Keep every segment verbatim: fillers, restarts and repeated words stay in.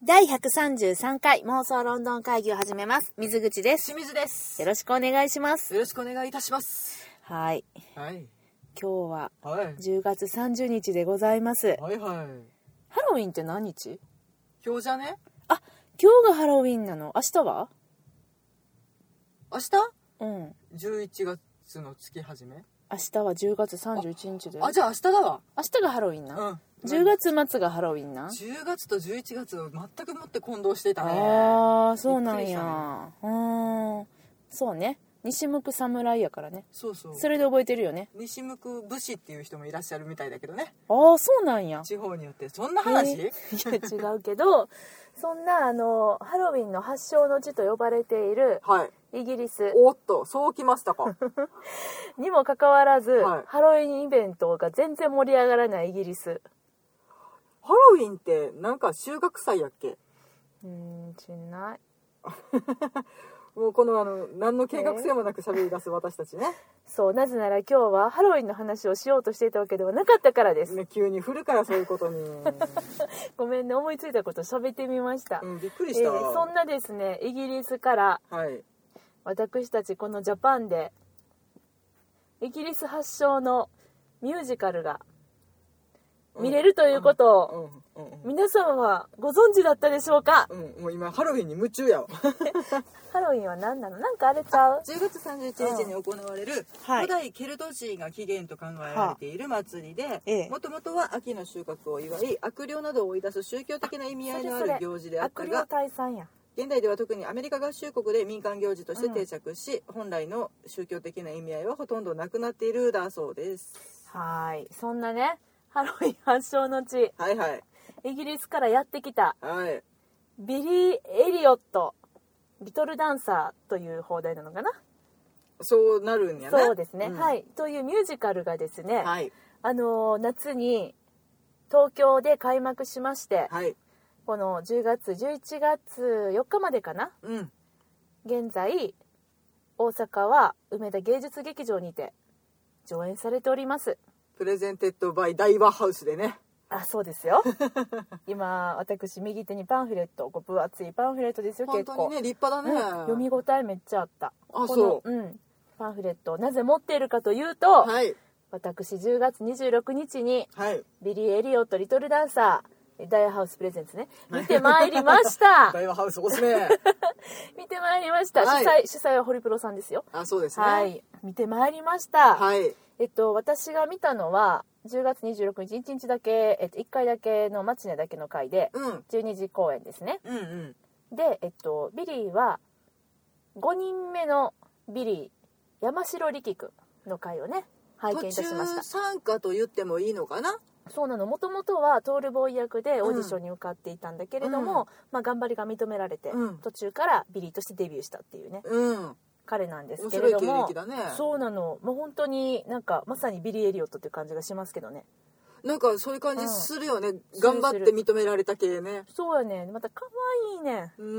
だいひゃくさんじゅうさんかい妄想ロンドン会議を始めます。水口です。 清水です。 よろしくお願いします。 よろしくお願いいたします。 はい。 はい。 今日ははいじゅうがつさんじゅうにちでございます。 はいはい。 ハロウィンって何日？ 今日じゃね？ あ、今日がハロウィンなの。明日は？ 明日？ うん。 じゅういちがつの月始め？ 明日はじゅうがつさんじゅういちにちで。 あ、じゃあ明日だわ。 明日がハロウィンな。 うん。 じゅうがつ末がハロウィンな。 じゅうがつとじゅういちがつを全くもって混同していたね。 ああ、そうなんや。 びっくりしたね。 うーん。そうね。西向く侍やからね。 そうそう。 それで覚えてるよね。 西向く武士っていう人もいらっしゃるみたいだけどね。 ああ、そうなんや。 地方によってそんな話？ えー、いや違うけど、そんなあのハロウィンの発祥の地と呼ばれているはい。 イギリスおっと、そうきましたか。 にもかかわらず、 はいハロウィンイベントが全然盛り上がらないイギリス。 ハロウィンってなんか収穫祭やっけ？ うーん、しない。 もうこのあの何の計画性もなく喋り出す私たちね。 そう、なぜなら今日はハロウィンの話をしようとしていたわけではなかったからです。 ね、急に振るからそういうことに。 ごめんね、思いついたこと喋ってみました。 うん、びっくりえした。 ーそんなですね、イギリスからはい。 私たちこのジャパンでイギリス発祥のミュージカルが見れるということを、 うんうんうん、 皆様はご存知だったでしょうか？ うん、もう今ハロウィンに夢中やわ。 ハロウィンは何なの？なんかあれちゃう？ じゅうがつさんじゅういちにちに行われる、うん、古代ケルト人が起源と考えられている祭りで、もともとは秋の収穫を祝い悪霊などを追い出す宗教的な意味合いのある行事であったが、 悪霊退散や。 現代では特にアメリカ合衆国で民間行事として定着し、うん、本来の宗教的な意味合いはほとんどなくなっているだそうです。 はい、そんなねハロウィン発祥の地、 はいはい、 イギリスからやってきた、 はい、 ビリー・エリオットリトルダンサーという放題なのかな。 そうなるんやね。 そうですね、うん、はいというミュージカルがですね、 はい、 あの夏に東京で開幕しまして、 はい、 このじゅうがつじゅういちがつよっかまでかな、 うん、 現在大阪は梅田芸術劇場にて上演されております。 プレゼンテッドバイ大和ハウスでね。 あ、そうですよ。今私右手にパンフレット、こう分厚いパンフレットですよ。結構本当にね立派だね、 うん、読み応えめっちゃあった。 あ、そう、 うん、パンフレットをなぜ持っているかというと、 はい、 私じゅうがつにじゅうろくにちに、 はい、 ビリー・エリオットリトルダンサーダイワハウスプレゼンツね見てまいりました大和ハウスおすすめ。 見てまいりました、 はい、 主催主催はホリプロさんですよ。 あ、そうですね、 はい、見てまいりました。 はい、 えっと私が見たのはじゅうがつにじゅうろくにちいちにちだけ、えっと、いっかいだけのマチネだけの回で、 うん、 じゅうにじ公演ですね、 うんうん、 で、えっと、ビリーはごにんめのビリー山城力君の回をね拝見いたしました。 途中参加と言ってもいいのかな。 そうなの、もともとはトールボーイ役でオーディションに受かっていたんだけれども、うん、まあ、頑張りが認められて、うん、途中からビリーとしてデビューしたっていうね、うん、彼なんですけれども、 面白い経歴だね。 そうなの、もう本当になんかまさにビリー・エリオットっていう感じがしますけどね。 なんかそういう感じするよね、うん、頑張って認められた系ね。 そうやね、また可愛いね、 うん、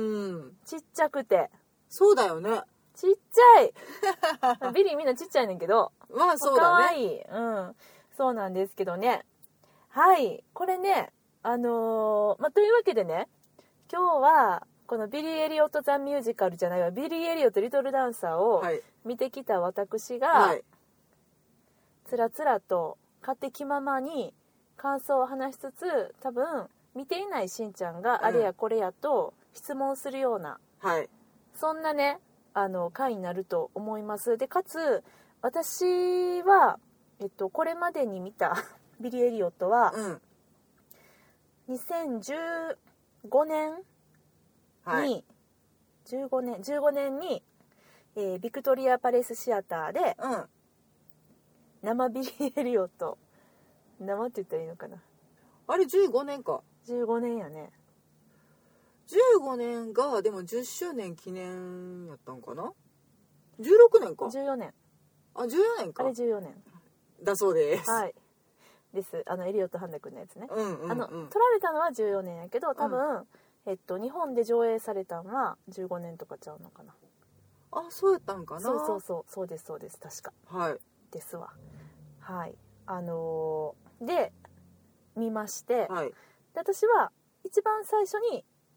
ちっちゃくて。 そうだよね、 ちっちゃいビリーみんなちっちゃいねんけど、 まあそうだね、 可愛い、うん、そうなんですけどね。はい、これね、あのー、まあ、というわけでね、今日はこのビリー・エリオット・ザ・ミュージカルじゃないわ、ビリー・エリオット・リトル・ダンサーを見てきた私が、はい、つらつらと勝手気ままに感想を話しつつ、多分見ていないしんちゃんがあれやこれやと質問するような、 うん、はい、 そんなね、あの回になると思います。でかつ私は、えっと、これまでに見たビリー・エリオットは、うん、にせんじゅうごねんに、はい、じゅうごねんじゅうごねんに、えー、ビクトリア・パレスシアターで、うん、生ビリー・エリオット、生って言ったらいいのかな、 あれじゅうごねんか、 じゅうごねんやね。 じゅうごねんがでもじゅっしゅうねん記念やったんかな。じゅうろくねんか、 じゅうよねん、 あ、じゅうよねんか、 あれじゅうよねんだそうです。 はいです。あのエリオット・ハンダ君のやつね、 うんうんうん、 あの撮られたのはじゅうよねんやけど、多分、うん、えっと、日本で上映されたのはじゅうごねんとかちゃうのかな。 あ、そうやったんかな。 そうそうそう、そうですそうです、確か、 はい、 ですわ。はい、あのー、で見まして、はい、で私は一番最初に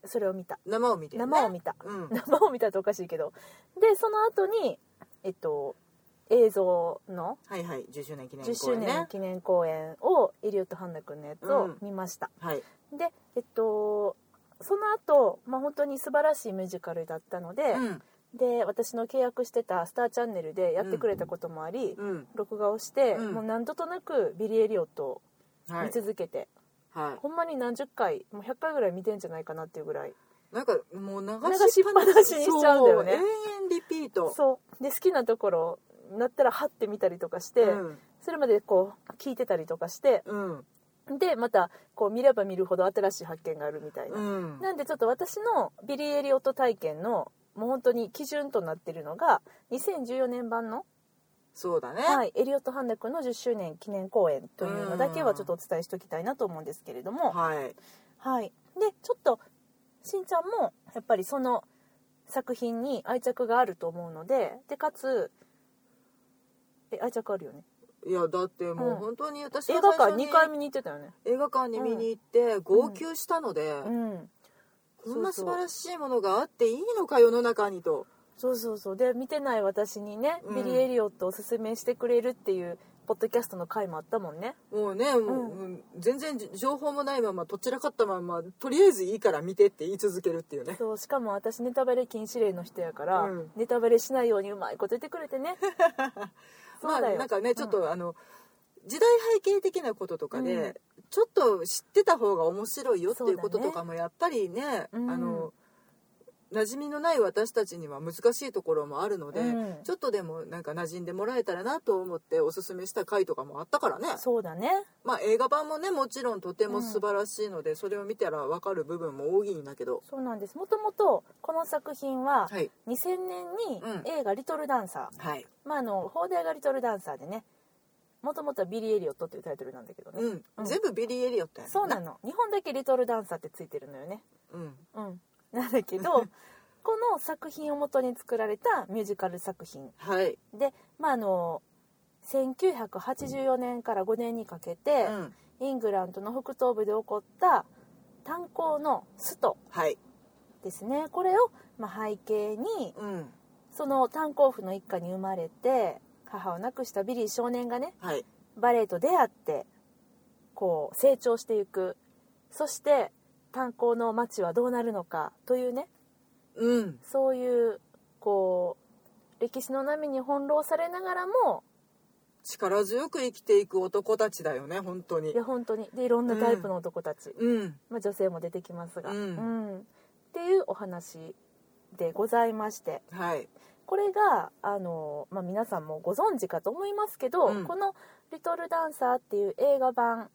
それを見た。 生を見て、ね、 生を見た、 うん、 生を見たっておかしいけど、でその後にえっと映像のはいはいじゅっしゅうねん記念公演、ね、 じゅっしゅうねん記念公演をエリオット・ハンナ君のやつを見ました、 うん、はい、 でえっとその後、まあ本当に素晴らしいミュージカルだったので、うん、で私の契約してたスターチャンネルでやってくれたこともあり、うん、録画をして、うん、もう何度となくビリー・エリオットを見続けて、はいはい、ほんまに何十回もうひゃっかいぐらい見てんじゃないかなっていうぐらいなんかもう流しっぱなしにしちゃうんだよね。 延々リピート。 そうで好きなところなったらハッて見たりとかして、うん、それまでこう聞いてたりとかして、うん、でまたこう見れば見るほど新しい発見があるみたいな、うん、なんでちょっと私のビリー・エリオット体験のもう本当に基準となってるのがにせんじゅうよねん版のそうだね、 はい、エリオット・ハンナ君のじゅっしゅうねん記念公演というのだけはちょっとお伝えしておきたいなと思うんですけれども、 はい、 はい、でちょっとしんちゃんもやっぱりその作品に愛着があると思うので、でかつえ愛着あるよね。 いやだってもう本当に私は映画館にかい見に行ってたよね。 映画館に見に行って号泣したので、うんうん、こんな素晴らしいものがあっていいのか世の中にと。 そうそうそうで見てない私にね、うん、ビリー・エリオットをおすすめしてくれるっていうポッドキャストの回もあったもんね。 もうね、うん、もう全然情報もないままとっちらかったままとりあえずいいから見てって言い続けるっていうね。そうしかも私ネタバレ禁止令の人やから、うん、ネタバレしないようにうまいこと言ってくれてねまあなんかねちょっと、うん、あの時代背景的なこととかで、うん、ちょっと知ってた方が面白いよっていうこととかもやっぱり ね, ね、うん、あの馴染みのない私たちには難しいところもあるので、うん、ちょっとでもなんか馴染んでもらえたらなと思っておすすめした回とかもあったからね。 そうだね。 まあ映画版もねもちろんとても素晴らしいので、うん、それを見たら分かる部分も多いんだけど。 そうなんです。もともとこの作品はにせんねんに映画リトルダンサー、はい、まああの放題がリトルダンサーでねもともとはビリー・エリオットっていうタイトルなんだけどね、 うんうん、全部ビリー・エリオットやねんな。 そうなの。日本だけリトルダンサーってついてるのよね。うんうんなんだけどこの作品を元に作られたミュージカル作品、はい、で、まあ、あのせんきゅうひゃくはちじゅうよねんからごねんにかけて、うん、イングランドの北東部で起こった炭鉱のストですね、はい、これを、まあ、背景に、うん、その炭鉱夫の一家に生まれて母を亡くしたビリー少年がね、はい、バレエと出会ってこう成長していく。そして炭鉱の町はどうなるのかというね、うん、そういうこう歴史の波に翻弄されながらも力強く生きていく男たちだよね本当に。 いや本当にでいろんなタイプの男たち、うんまあ、女性も出てきますが、うんうん、っていうお話でございまして、はい、これがあの、まあ、皆さんもご存知かと思いますけど、うん、この「リトルダンサー」っていう映画版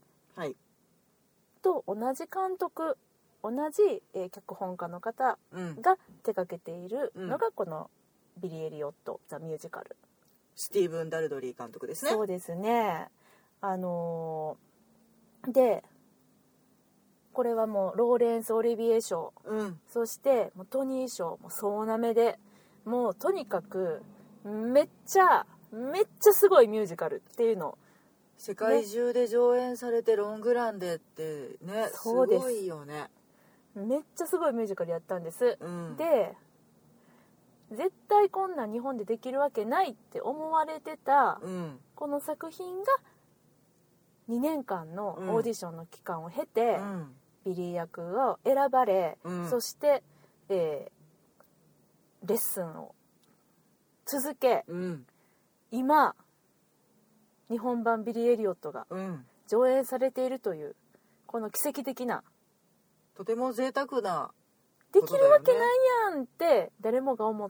と同じ監督同じ、えー、脚本家の方が手掛けているのがこのビリー・エリオット・ザ・ミュージカル。 スティーブン・ダルドリー監督ですね。 そうですね。あのー、でこれはもうローレンス・オリビエ賞、うん、そしてもうトニー賞も総なめでもうとにかくめっちゃめっちゃすごいミュージカルっていうの世界中で上演されてロングランでってねすごいよね。 めっちゃすごいミュージカルやったんです、うん、で絶対こんなん日本でできるわけないって思われてた、うん、この作品がにねんかんのオーディションの期間を経て、うん、ビリー役を選ばれ、うん、そして、えー、レッスンを続け、うん、今日本版ビリー・エリオットが上演されているというこの奇跡的なとても贅沢な、 ね、できるわけないやんって誰もが思った、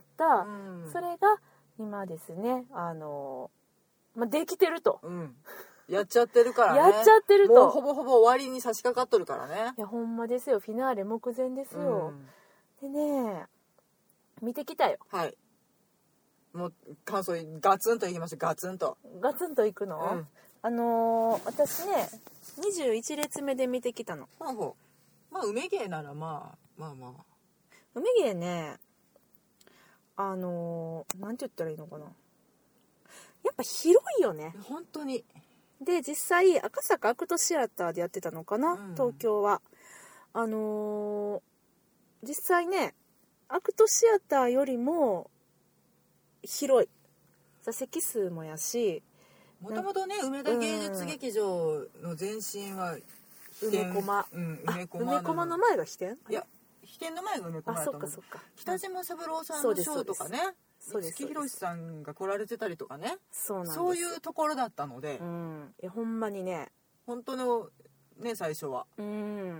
うん、それが今ですねあの、まあ、できてると、うん、 やっちゃってるからねやっちゃってるともうほぼほぼ終わりに差し掛かっとるからね。 いやほんまですよ。フィナーレ目前ですよ、うん、でね見てきたよ。 はいもう感想ガツンといきました。ガツンとガツンといくの、うん、あのー、私ねにじゅういち列目で見てきたの。 ほうほうまあ梅芸ならまあまあまあ梅芸ねあのー、なんて言ったらいいのかなやっぱ広いよね本当に。 で実際赤坂アクトシアターでやってたのかな、うん、東京はあのー、 実際ねアクトシアターよりも広い座席数もやし、 もともとね梅田芸術劇場の前身は梅駒、 うん、梅駒の, 梅駒の前が飛天、 いや飛天の前が梅駒だと思う。 あ、そっかそっか。 北島三郎さんのショーとかね、 そうです五木ひろしさんが来られてたりとかね、 そうなんです。 そういうところだったので、 うん、いやほんまにね本当のね最初は、 うん、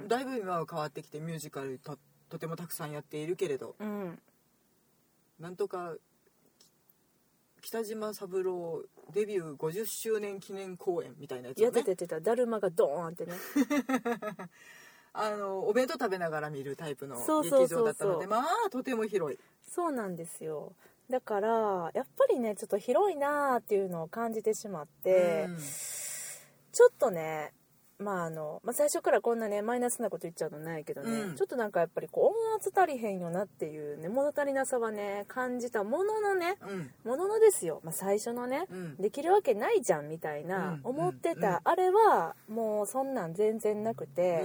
だいぶ今は変わってきてミュージカル と, とてもたくさんやっているけれど、 うん、 なんとか北島三郎デビューごじゅっしゅうねん記念公演みたいなやつをね、 やってたやってた、だるまがドーンってねあのお弁当食べながら見るタイプのそうそうそうそう劇場だったので、まあとても広い。 そうなんですよ。だからやっぱりねちょっと広いなーっていうのを感じてしまって、うん、ちょっとねまああの、まあ、最初からこんなねマイナスなこと言っちゃうのないけどね、うん、ちょっとなんかやっぱりこう音圧足りへんよなっていうね物足りなさはね感じたもののね、うん、もののですよ、まあ、最初のね、うん、できるわけないじゃんみたいな思ってた、あれはもうそんなん全然なくて、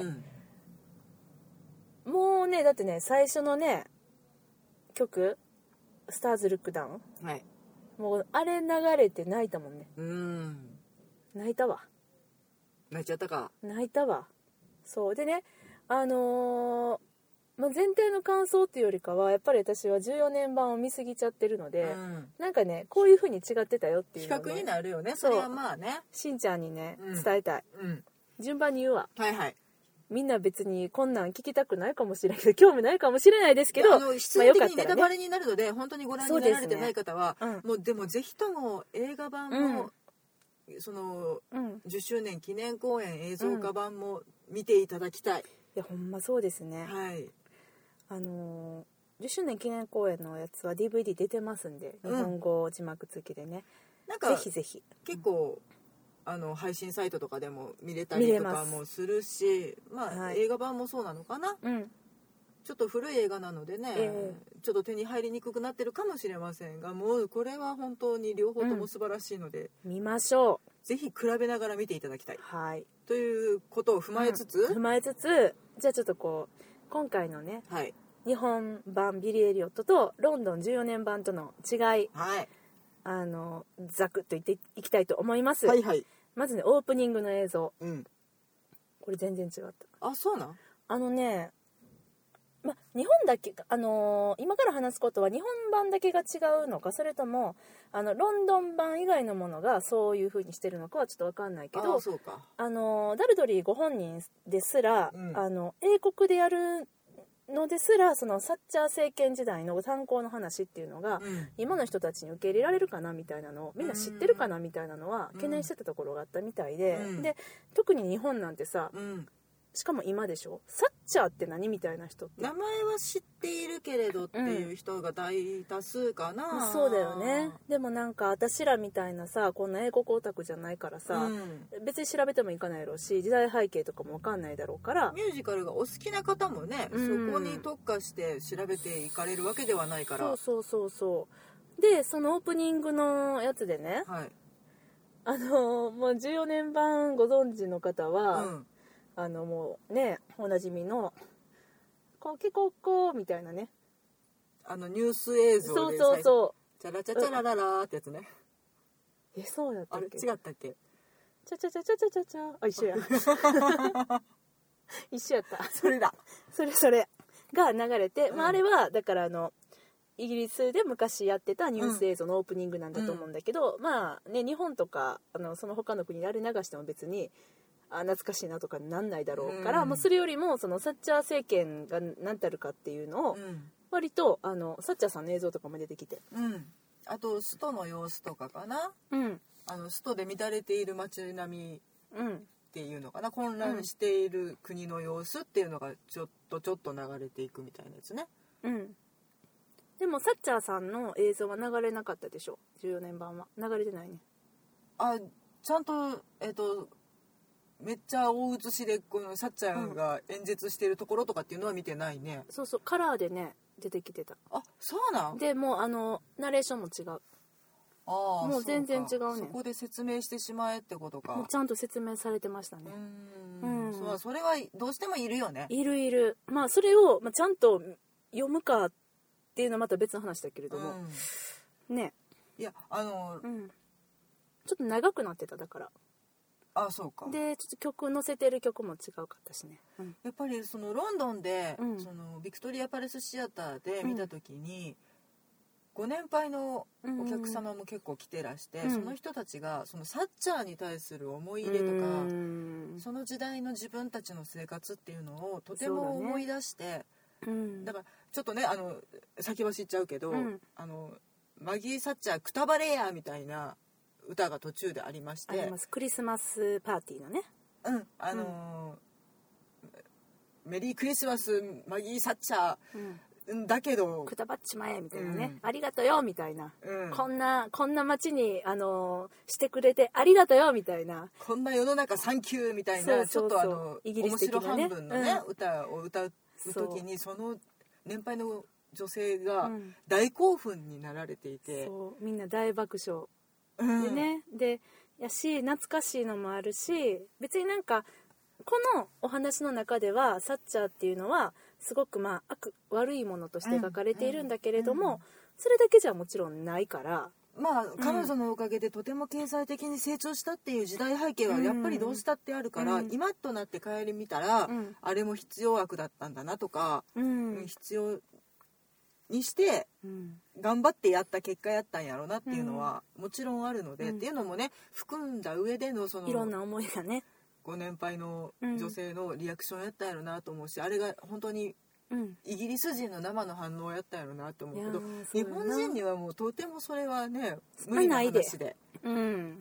もうねだってね最初のね曲スターズルックダウン、はい、もうあれ流れて泣いたもんね。うん、泣いたわ。 泣いちゃったか。 泣いたわ。そうでねあのーまあ、全体の感想っていうよりかはやっぱり私はじゅうよねんばんを見過ぎちゃってるので、うん、なんかねこういう風に違ってたよっていうのを、ね、 比較になるよね。それはまあねしんちゃんにね、うん、伝えたい、うん、順番に言うわ。 はいはい。 みんな別にこんなん聞きたくないかもしれないけど興味ないかもしれないですけど、 あの必然的にネタバレになるので、まあね、本当にご覧になられてない方は、ね、うん、もうでもぜひとも映画版も、うん、その、うん、じゅっしゅうねん記念公演映像化版も見ていただきたい。 いやほんまそうですね。 はい。 あのじゅっしゅうねん記念公演のやつは ディーブイディー 出てますんで、日本語字幕付きでね、なんかぜひぜひ結構、うん、あの配信サイトとかでも見れたりとかもするし、まあ、はい、映画版もそうなのかな、うん、ちょっと古い映画なのでね、えー、ちょっと手に入りにくくなってるかもしれませんが、もうこれは本当に両方とも素晴らしいので、 うん、見ましょう。ぜひ比べながら見ていただきたい、 はい、 ということを踏まえつつ、 うん、踏まえつつじゃあちょっとこう今回のね、はい、日本版ビリー・エリオットとロンドンじゅうよねんばんとの違い、はい、あのざくっと言っていきたいと思います。はいはい。まずねオープニングの映像、うん、これ全然違った。 あ、そうなん？ あのね、ま、日本だけ、あのー、今から話すことは日本版だけが違うのか、それともあのロンドン版以外のものがそういう風にしてるのかはちょっと分かんないけど、 あ、そうか。 あのー、ダルドリーご本人ですら、うん、あの英国でやるのですらそのサッチャー政権時代の炭鉱の話っていうのが、うん、今の人たちに受け入れられるかなみたいなのをみんな知ってるかなみたいなのは懸念してたところがあったみたいで、うん、で特に日本なんてさ、うん、しかも今でしょ、サッチャーって何みたいな人って名前は知っているけれどっていう人が大多数かな、 うん、そうだよね。でもなんか私らみたいなさこんな英国オタクじゃないからさ、うん、別に調べてもいかないやろうし時代背景とかも分かんないだろうから、 ミュージカルがお好きな方もね、うん、そこに特化して調べていかれるわけではないから、 そうそうそうそうでそのオープニングのやつでね、はい、あのもうじゅうよねんばんご存知の方は、うん、あのもうねおなじみのコケコッコみたいなね、 あのニュース映像でそうそうそうチャラチャチャラララってやつね。 え、そうだったっけ？ あれ違ったっけ？ チャチャチャチャチャチャチャ、あ、一緒や一緒やった。 それだそれそれが流れて、うん、まあ、あれはだからあのイギリスで昔やってたニュース映像のオープニングなんだと思うんだけど、うん、まあね日本とかあのその他の国であれ流しても別にあ懐かしいなとかなんないだろうから、うん、もうそれよりもそのサッチャー政権が何たるかっていうのを、うん、割とあのサッチャーさんの映像とかも出てきて、 うん、あと首都の様子とかかな、うん、あの首都で乱れている街並みっていうのかな、混乱している国の様子っていうのがちょっとちょっと流れていくみたいなやつね。 うん。でもサッチャーさんの映像は流れなかったでしょ、じゅうよねんばんは流れてないね。 あ、ちゃんとえっとめっちゃ大写しでこのサッチャーが演説してるところとかっていうのは見てないね、 うん、そうそうカラーでね出てきてた。 あ、そうなんでもうあのナレーションも違う。あ、もう全然違うね。 そこで説明してしまえってことか。 もうちゃんと説明されてましたね。 うん、うん、そう、それはどうしてもいるよね。 いるいる。まあそれを、まあ、ちゃんと読むかっていうのはまた別の話だけれども、うん、ねいやあの、 うん、ちょっと長くなってただからあそうかでちょっと曲載せてる曲も違うかったしね、うん、 やっぱりそのロンドンで、 うん、 そのビクトリアパレスシアターで見た時に、うん、ご年配のお客様も結構来てらして、うん、その人たちがそのサッチャーに対する思い入れとか、うん、その時代の自分たちの生活っていうのをとても思い出して、 うん、 だからちょっとねあの先走っちゃうけど、 うん、 あのマギー・サッチャーくたばれやみたいな歌が途中でありまして、 ありますクリスマスパーティーのね、 うんあのーうん、メリークリスマスマギー・サッチャー、うん、だけどくたばっちまえみたいなね、うん、ありがとよみたいな、 うん、 こんなこんな街に、あのー、してくれてありがとよみたいな、 こんな世の中サンキューみたいな、 そうそうそう、 ちょっとあのイギリス的なね、 面白半分のね、 うん、 歌を歌う時にその年配の女性がうん大興奮になられていて、 そうみんな大爆笑うんでね、でやし懐かしいのもあるし、別になんかこのお話の中ではサッチャーっていうのはすごくまあ悪悪いものとして描かれているんだけれども、 うんうん、 それだけじゃもちろんないから、 まあ彼女のおかげでとても経済的に成長したっていう時代背景はやっぱりどうしたってあるから、うん、今となって顧みたら、うん、あれも必要悪だったんだなとか、 うん、 必要にして頑張ってやった結果やったんやろうなっていうのはもちろんあるので、うん、っていうのもね含んだ上でのそのいろんな思いがねご年配の女性のリアクションやったんやろうなと思うし、あれが本当にイギリス人の生の反応やったんやろうなと思うけど、日本人にはもうとてもそれはね無理な話で、 うん、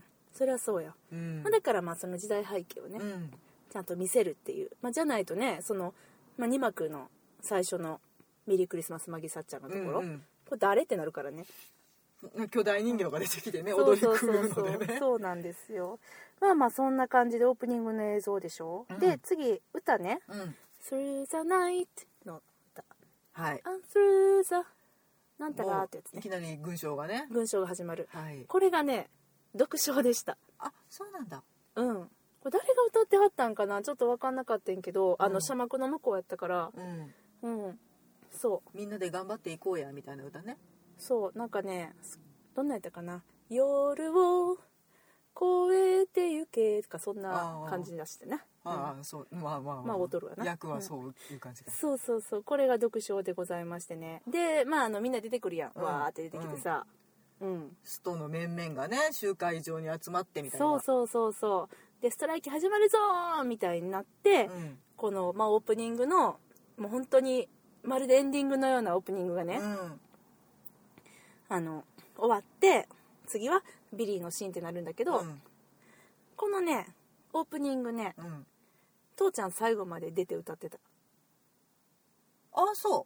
それはそうや、うん、だからまあその時代背景をね、うん、ちゃんと見せるっていう、まあ、じゃないとねその、まあ、に幕の最初のメリークリスマスマギー・サッチャーのところ、うんうん、これ誰ってなるからね、 巨大人形が出てきてね、 うん、 踊り狂うのでね、 そうそうそうそう、そうなんですよ。まあまあそんな感じでオープニングの映像でしょ、うん、で次歌ね、うん、Through the night の歌、 はい、 And through the なんたらってやつね、 いきなり群唱がね群唱が始まる、 はい、 これがね独唱でした。 あ、そうなんだ。 うん、これ誰が歌ってはったんかなちょっと分かんなかったんけど、うん、あの紗幕の向こうやったから、うん、うん、そうみんなで頑張っていこうやみたいな歌ね。 そうなんかねどんなやったかな、夜を越えてゆけとかそんな感じ出してね、 ああ、そう、まあまあまあ、 まあ踊るわな、 役はそういう感じか、 うん、そうそうそう、これが独唱でございましてね、でまああのみんな出てくるやん、うん、わーって出てきてさ、うん、 ストの面々がね集会場に集まってみたいな、 そうそうそうそうでストライキ始まるぞーみたいになって、うん、この、まあ、オープニングのもう本当にまるでエンディングのようなオープニングがね、うん、あの終わって次はビリーのシーンってなるんだけど、うん、このねオープニングね、うん、父ちゃん最後まで出て歌ってた。 ああ、そう、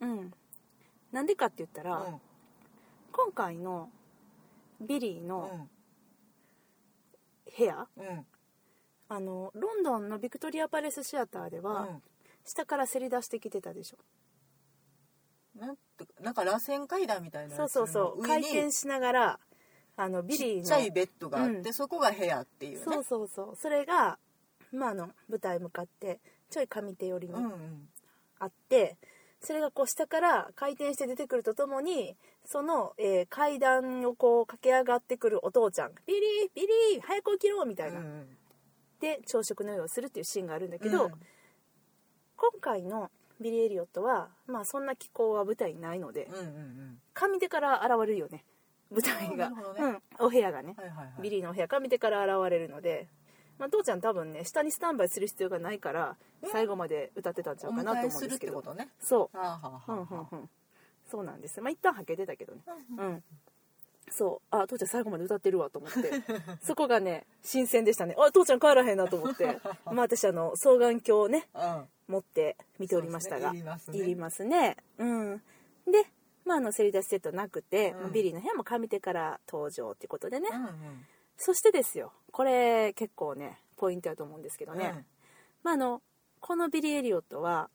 うん、なんでかって言ったら、うん、今回のビリーの部屋、うん、あのロンドンのビクトリアパレスシアターでは、うん、下からせり出してきてたでしょ。 なんてなんか螺旋階段みたいなやつのそうそうそう回転しながらあのビリーのちっちゃいベッドがあって、うん、そこが部屋っていうね。 そうそうそう、それが、まあ、あの舞台向かってちょい上手寄りにあって、うんうん、それがこう下から回転して出てくるとともにその、えー、階段をこう駆け上がってくるお父ちゃんビリービリー早く起きろみたいな、うん、で朝食の用意をするっていうシーンがあるんだけど、うん、今回のビリー・エリオットは、まあ、そんな気候は舞台にないので、うんうんうん、上手から現れるよね舞台が、ね、うん、お部屋がね、はいはいはい、ビリーのお部屋上手から現れるので、まあ、父ちゃん多分ね下にスタンバイする必要がないから最後まで歌ってたんちゃうかなと思うんですけど、ね、そうはあはあはあ、うんうんうん、そうなんです。まあ一旦はけてたけどね、うん、そうあ父ちゃん最後まで歌ってるわと思ってそこがね新鮮でしたね。あ父ちゃん帰らへんなと思ってまあ私あの双眼鏡をね、うん、持って見ておりましたが、ね、いりますね、いりますね、うん、でまあ、あのせり出しセットなくて、うん、ビリーの部屋も上手から登場っていうことでね、うんうん、そしてですよこれ結構ねポイントだと思うんですけどね、うん、まあ、あのこのビリー・エリオットは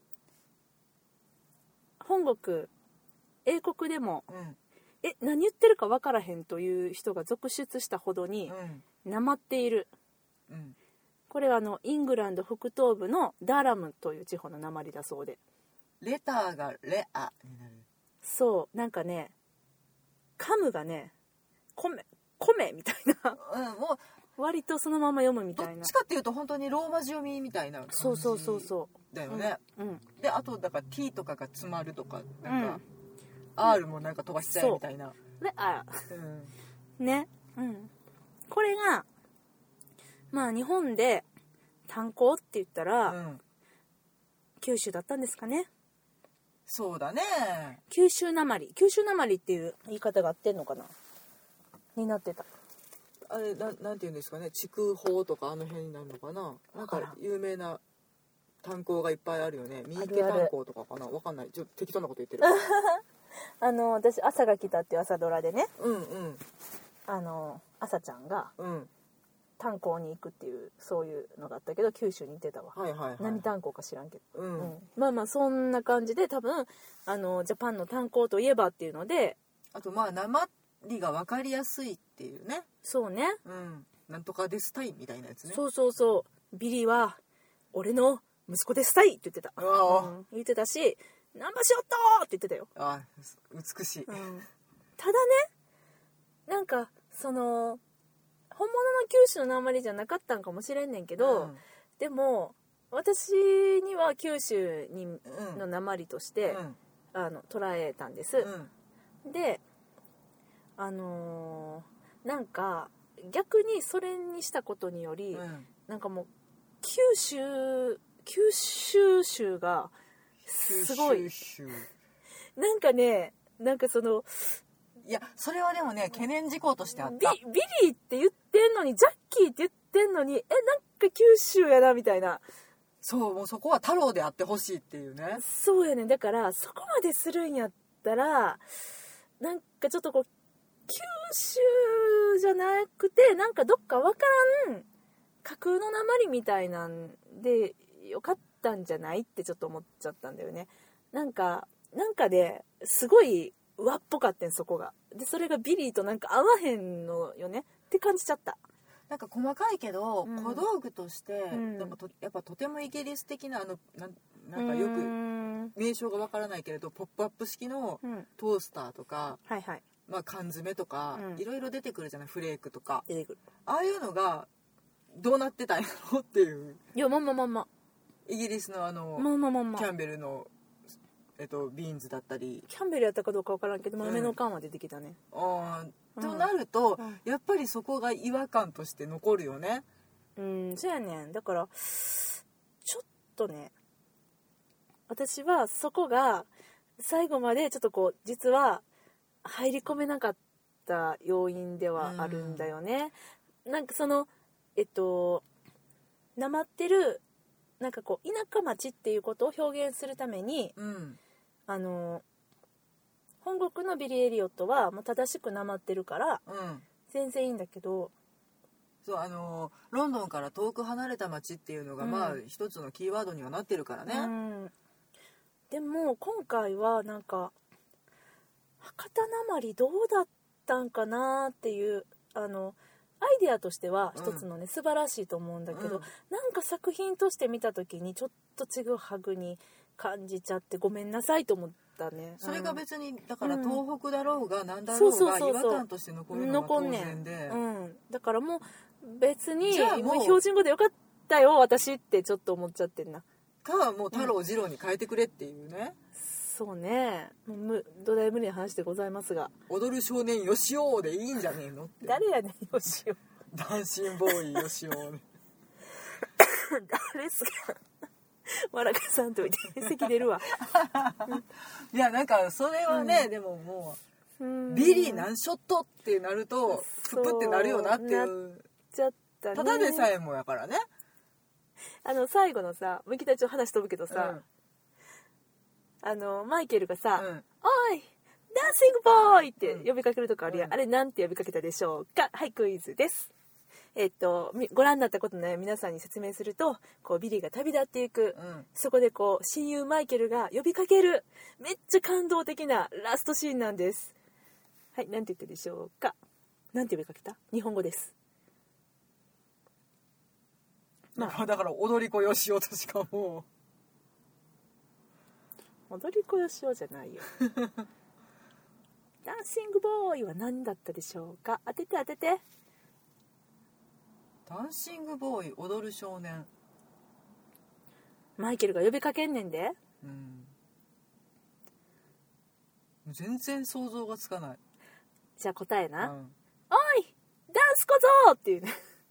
本国英国でも、うん、え何言ってるか分からへんという人が続出したほどになまっている、うん、これはあのイングランド北東部のダーラムという地方の訛りだそうで、 レターがレアになる。 そうなんかね噛むがね米米みたいな、 うん、もう割とそのまま読むみたいな。 どっちかっていうと本当にローマ字読みみたいな感じそうそうそうそうだよね。 うんうん、 であとだから T とかが詰まるとかなんか、うん、R もなんか飛ばしちゃうみたいな。 であ、うん、ね、うん、これがまあ日本で炭鉱って言ったら、うん、九州だったんですかね。 そうだね。 九州なまり九州なまりっていう言い方があってんのかなになってた。 あれ な, なんて言うんですかね、筑豊とかあの辺になるのかな。なんか有名な炭鉱がいっぱいあるよね。三池炭鉱とかかな、わかんない、ちょっと適当なこと言ってるあの私朝が来たっていう朝ドラでね、 うんうん、 あの朝ちゃんが、 うん炭鉱に行くっていうそういうのがあったけど九州に行ってたわ、 はいはいはい、 何炭鉱か知らんけど、 うんうん、 まあまあそんな感じで多分あのジャパンの炭鉱といえばっていうので、 あとまあ訛りが分かりやすいっていうね。 そうね、 うん、なんとかですたいみたいなやつね。 そうそうそう、ビリーは俺の息子ですたいって言ってた、うん、言ってたしナンバーショットって言ってたよ。 あ美しい、うん、 ただねなんかその本物の九州のなまりじゃなかったんかもしれんねんけど、うん、でも私には九州にのなまりとして、うん、あの捉えたんです、うん、であのー、なんか逆にそれにしたことにより、うん、なんかもう九州九州州がすごいなんかねなんかそのいやそれはでもね懸念事項としてあった。 ビ, ビリーって言ってんのにジャッキーって言ってんのにえなんか九州やなみたいな。 そうもうそこは太郎であってほしいっていうね。 そうやね。だからそこまでするんやったらなんかちょっとこう九州じゃなくてなんかどっかわからん架空のなまりみたいなんでよかったんじゃないってちょっと思っちゃったんだよね。なんかなんかですごい和っぽかったんそこが。でそれがビリーとなんか合わへんのよねって感じちゃった。 なんか細かいけど、うん、小道具として、うん、やっぱとやっぱとてもイギリス的なあのな ん, なんかよく名称がわからないけれどポップアップ式のトースターとか、 うんはいはいまあ、缶詰とか、うん、いろいろ出てくるじゃない。フレークとか出てくる。 ああいうのがどうなってたんやろっていう。 いやまんままんまイギリスのあの、 まんままんまキャンベルのえっと、ビーンズだったりキャンベルやったかどうか分からんけど豆の缶は出てきたね、 うん、あとなると、うん、やっぱりそこが違和感として残るよね。 うんそうやねん。だからちょっとね私はそこが最後までちょっとこう実は入り込めなかった要因ではあるんだよね、うん、なんかそのえっとなまってるなんかこう田舎町っていうことを表現するために、 うんあの本国のビリー・エリオットはもう正しくなまってるから、 うん、 全然いいんだけどそうあのロンドンから遠く離れた町っていうのが、うん、まあ一つのキーワードにはなってるからね、 うん、でも今回はなんか博多なまりどうだったんかなっていうあのアイデアとしては一つのね、うん、素晴らしいと思うんだけど、うん、なんか作品として見た時にちょっとちぐはぐに感じちゃってごめんなさいと思ったね。 それが別にだから東北だろうが何だろうが違和感として残るのが当然で、 うん、だからもう別に標準語でよかったよ私ってちょっと思っちゃってんな。 かもう太郎次郎に変えてくれっていうね、 うん、そうねもう土台無理な話でございますが踊る少年よしおでいいんじゃねえのって。 誰やねんよしおダンシンボーイよしおね誰っすかわらかさんといて席出るわいやなんかそれはね、うん、でももうビリー何ショットってなるとププってなるよなっていうちゃったね。 ただでさえもやからね。 あの最後のさむきたちの話飛ぶけどさ、うん、あのマイケルがさ、うん、おいダンシングボーイって呼びかけるとこあるやん、うん、あれなんて呼びかけたでしょうか。はいクイズです。えっと、ご覧になったことない皆さんに説明するとこうビリーが旅立っていく、うん、そこでこう親友マイケルが呼びかけるめっちゃ感動的なラストシーンなんです。はいなんて言ったでしょうか。なんて呼びかけた。日本語です。 まあ、だから踊り子よしおとしかも踊り子よしおじゃないよダンシングボーイは何だったでしょうか。当てて当てて。 ダンシングボーイ踊る少年。 マイケルが呼びかけんねんで。 うん、全然想像がつかない。 じゃあ答えな、 うん、 おいダンス小僧っていうね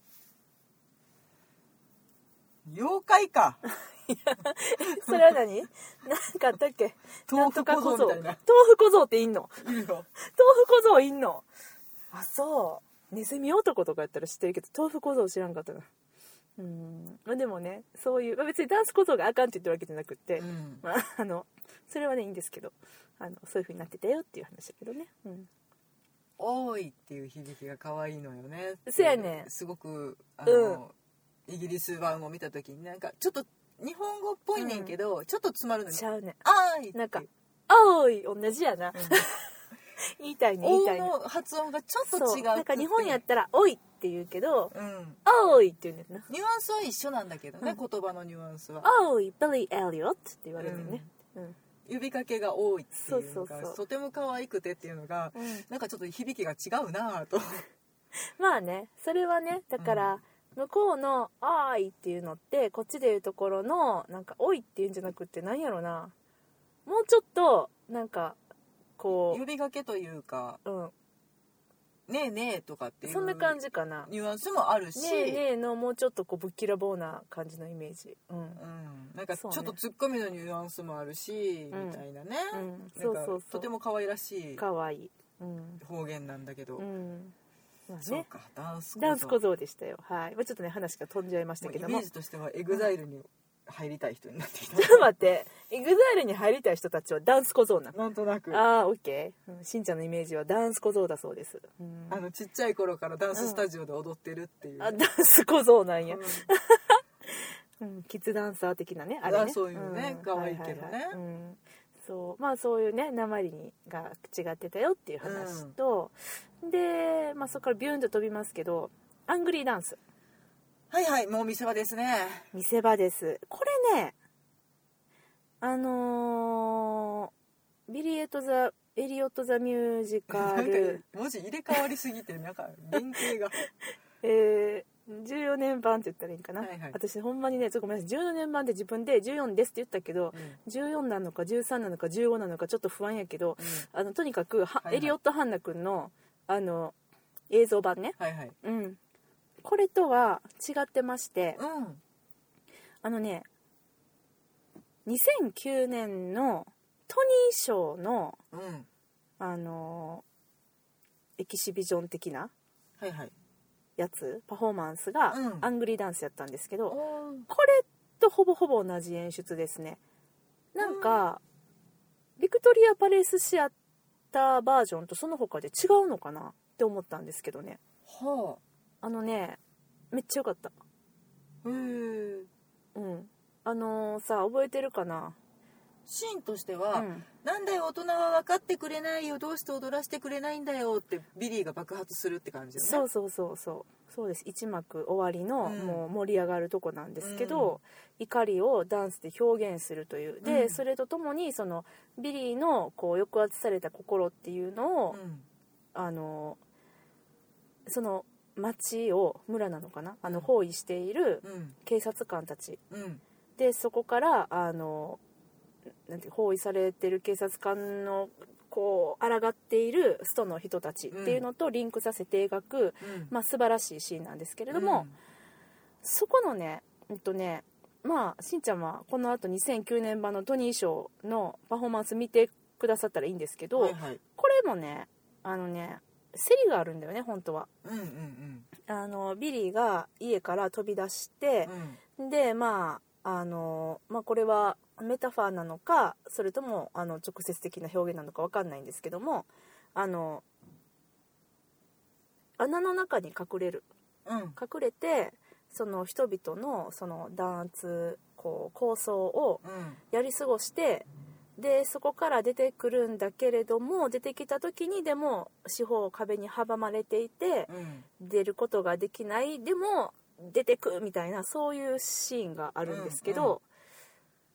妖怪かそれは何なんかあったっけ。 豆腐小僧みたいな。 豆腐小僧っていんの。 いるよ。 豆腐小僧いんの。あ、そうネズミ男とかやったら知ってるけど豆腐小僧知らんかったな。うん、でもね、そういう、まあ、別にダンス小僧があかんって言ってるわけじゃなくって、うん、まあ、あのそれはねいいんですけど、あのそういう風になってたよっていう話だけどね。うん、 おーいっていう響きが可愛いのよね。 そうやね。 すごくあの、うん、イギリス版を見た時になんかちょっと日本語っぽいねんけど、うん、ちょっと詰まるのにちゃうね。 あーいなんかおーい同じやな、うん、言いたいね言いたいね。 おの発音がちょっと違う。 なんか日本やったらおいって言うけど、うん、おーいって言うんだよな。 ニュアンスは一緒なんだけどね、うん、言葉のニュアンスはおーいビリー・エリオットって言われるよね、うんうん、 呼びかけが多いっていうのがとても可愛くてっていうのが、うん、なんかちょっと響きが違うなとまあね、それはね、だから、うん向こうの「あーい」っていうのってこっちでいうところのなんか「おい」っていうんじゃなくって何やろな、もうちょっとなんかこう呼びかけというか、うん、ねえねえとかっていうそんな感じかな。 ニュアンスもあるし、 ねえねえのもうちょっとこうぶっきらぼうな感じのイメージ、うん、うん、 なんかちょっとツッコミのニュアンスもあるし、うん、みたいなね、うん、そうそうそう、とても可愛らしい可愛い、うん、 方言なんだけど、うんまあね、 そうかダンス小僧ダンス小僧でしたよ。はい、ちょっとね話が飛んじゃいましたけども、 イメージとしてはエグザイルに入りたい人になってきた。 ちょっと待って、エグザイルに入りたい人たちはダンス小僧なの。 なんとなく。 ああ、オッケー。しんちゃんのイメージはダンス小僧だそうです。 うん、あのちっちゃい頃からダンススタジオで踊ってるっていう、 うん、あダンス小僧なんや。うん、うん、キッズダンサー的なね、あれね。 そういうね、うん、可愛いけどね。はいはいはい、うんそうまあそういうね訛りが違ってたよっていう話と、うん、で、まあ、そこからビューンと飛びますけどアングリーダンス、 はいはい、もう見せ場ですね。 見せ場です。これねあのー、ビリエット・ザ・エリオット・ザ・ミュージカル文字入れ替わりすぎてなんか原型がえーじゅうよねんばんって言ったらいいんかな、はいはい、私ほんまにねちょっとごめんなさいじゅうよねんばんで自分でじゅうよんですって言ったけど、うん、じゅうよんなのかじゅうさんなのかじゅうごなのかちょっと不安やけど、うん、あのとにかく、はいはい、エリオット・ハンナ君のあの映像版ね、はいはいうん、これとは違ってまして、うん、あのねにせんきゅうねんのトニー賞の、うん、あのエキシビジョン的な、はいはいやつパフォーマンスがアングリーダンスやったんですけど、うん、これとほぼほぼ同じ演出ですね。なんか、うん、ビクトリアパレスシアターバージョンとその他で違うのかなって思ったんですけどね、はあ、あのねめっちゃ良かった。へー、うん、あのー、さ覚えてるかな、 シーンとしては、うん、なんだよ大人は分かってくれないよ、どうして踊らせてくれないんだよってビリーが爆発するって感じよね。 そうそうそうそうそうです。一幕終わりの、うん、もう盛り上がるとこなんですけど、うん、怒りをダンスで表現するというで、うん、それとともにそのビリーのこう抑圧された心っていうのを、うん、あのその町を村なのかなあの包囲している警察官たち、うん、でそこからあのなんて包囲されてる警察官のこう抗っているストの人たちっていうのとリンクさせて描く、うんまあ、素晴らしいシーンなんですけれども、うん、そこのねえっとねまあしんちゃんはこのあとにせんきゅうねん版のトニー賞のパフォーマンス見てくださったらいいんですけど、はいはい、これもねあのね競りがあるんだよね本当は、うんうんうん、あのビリーが家から飛び出して、うん、でまああのまあこれはメタファーなのかそれともあの直接的な表現なのか分かんないんですけどもあの穴の中に隠れる、うん、隠れてその人々のその弾圧こう構想をやり過ごして、うん、でそこから出てくるんだけれども出てきた時にでも四方壁に阻まれていて、うん、出ることができないでも出てくみたいなそういうシーンがあるんですけど、うんうん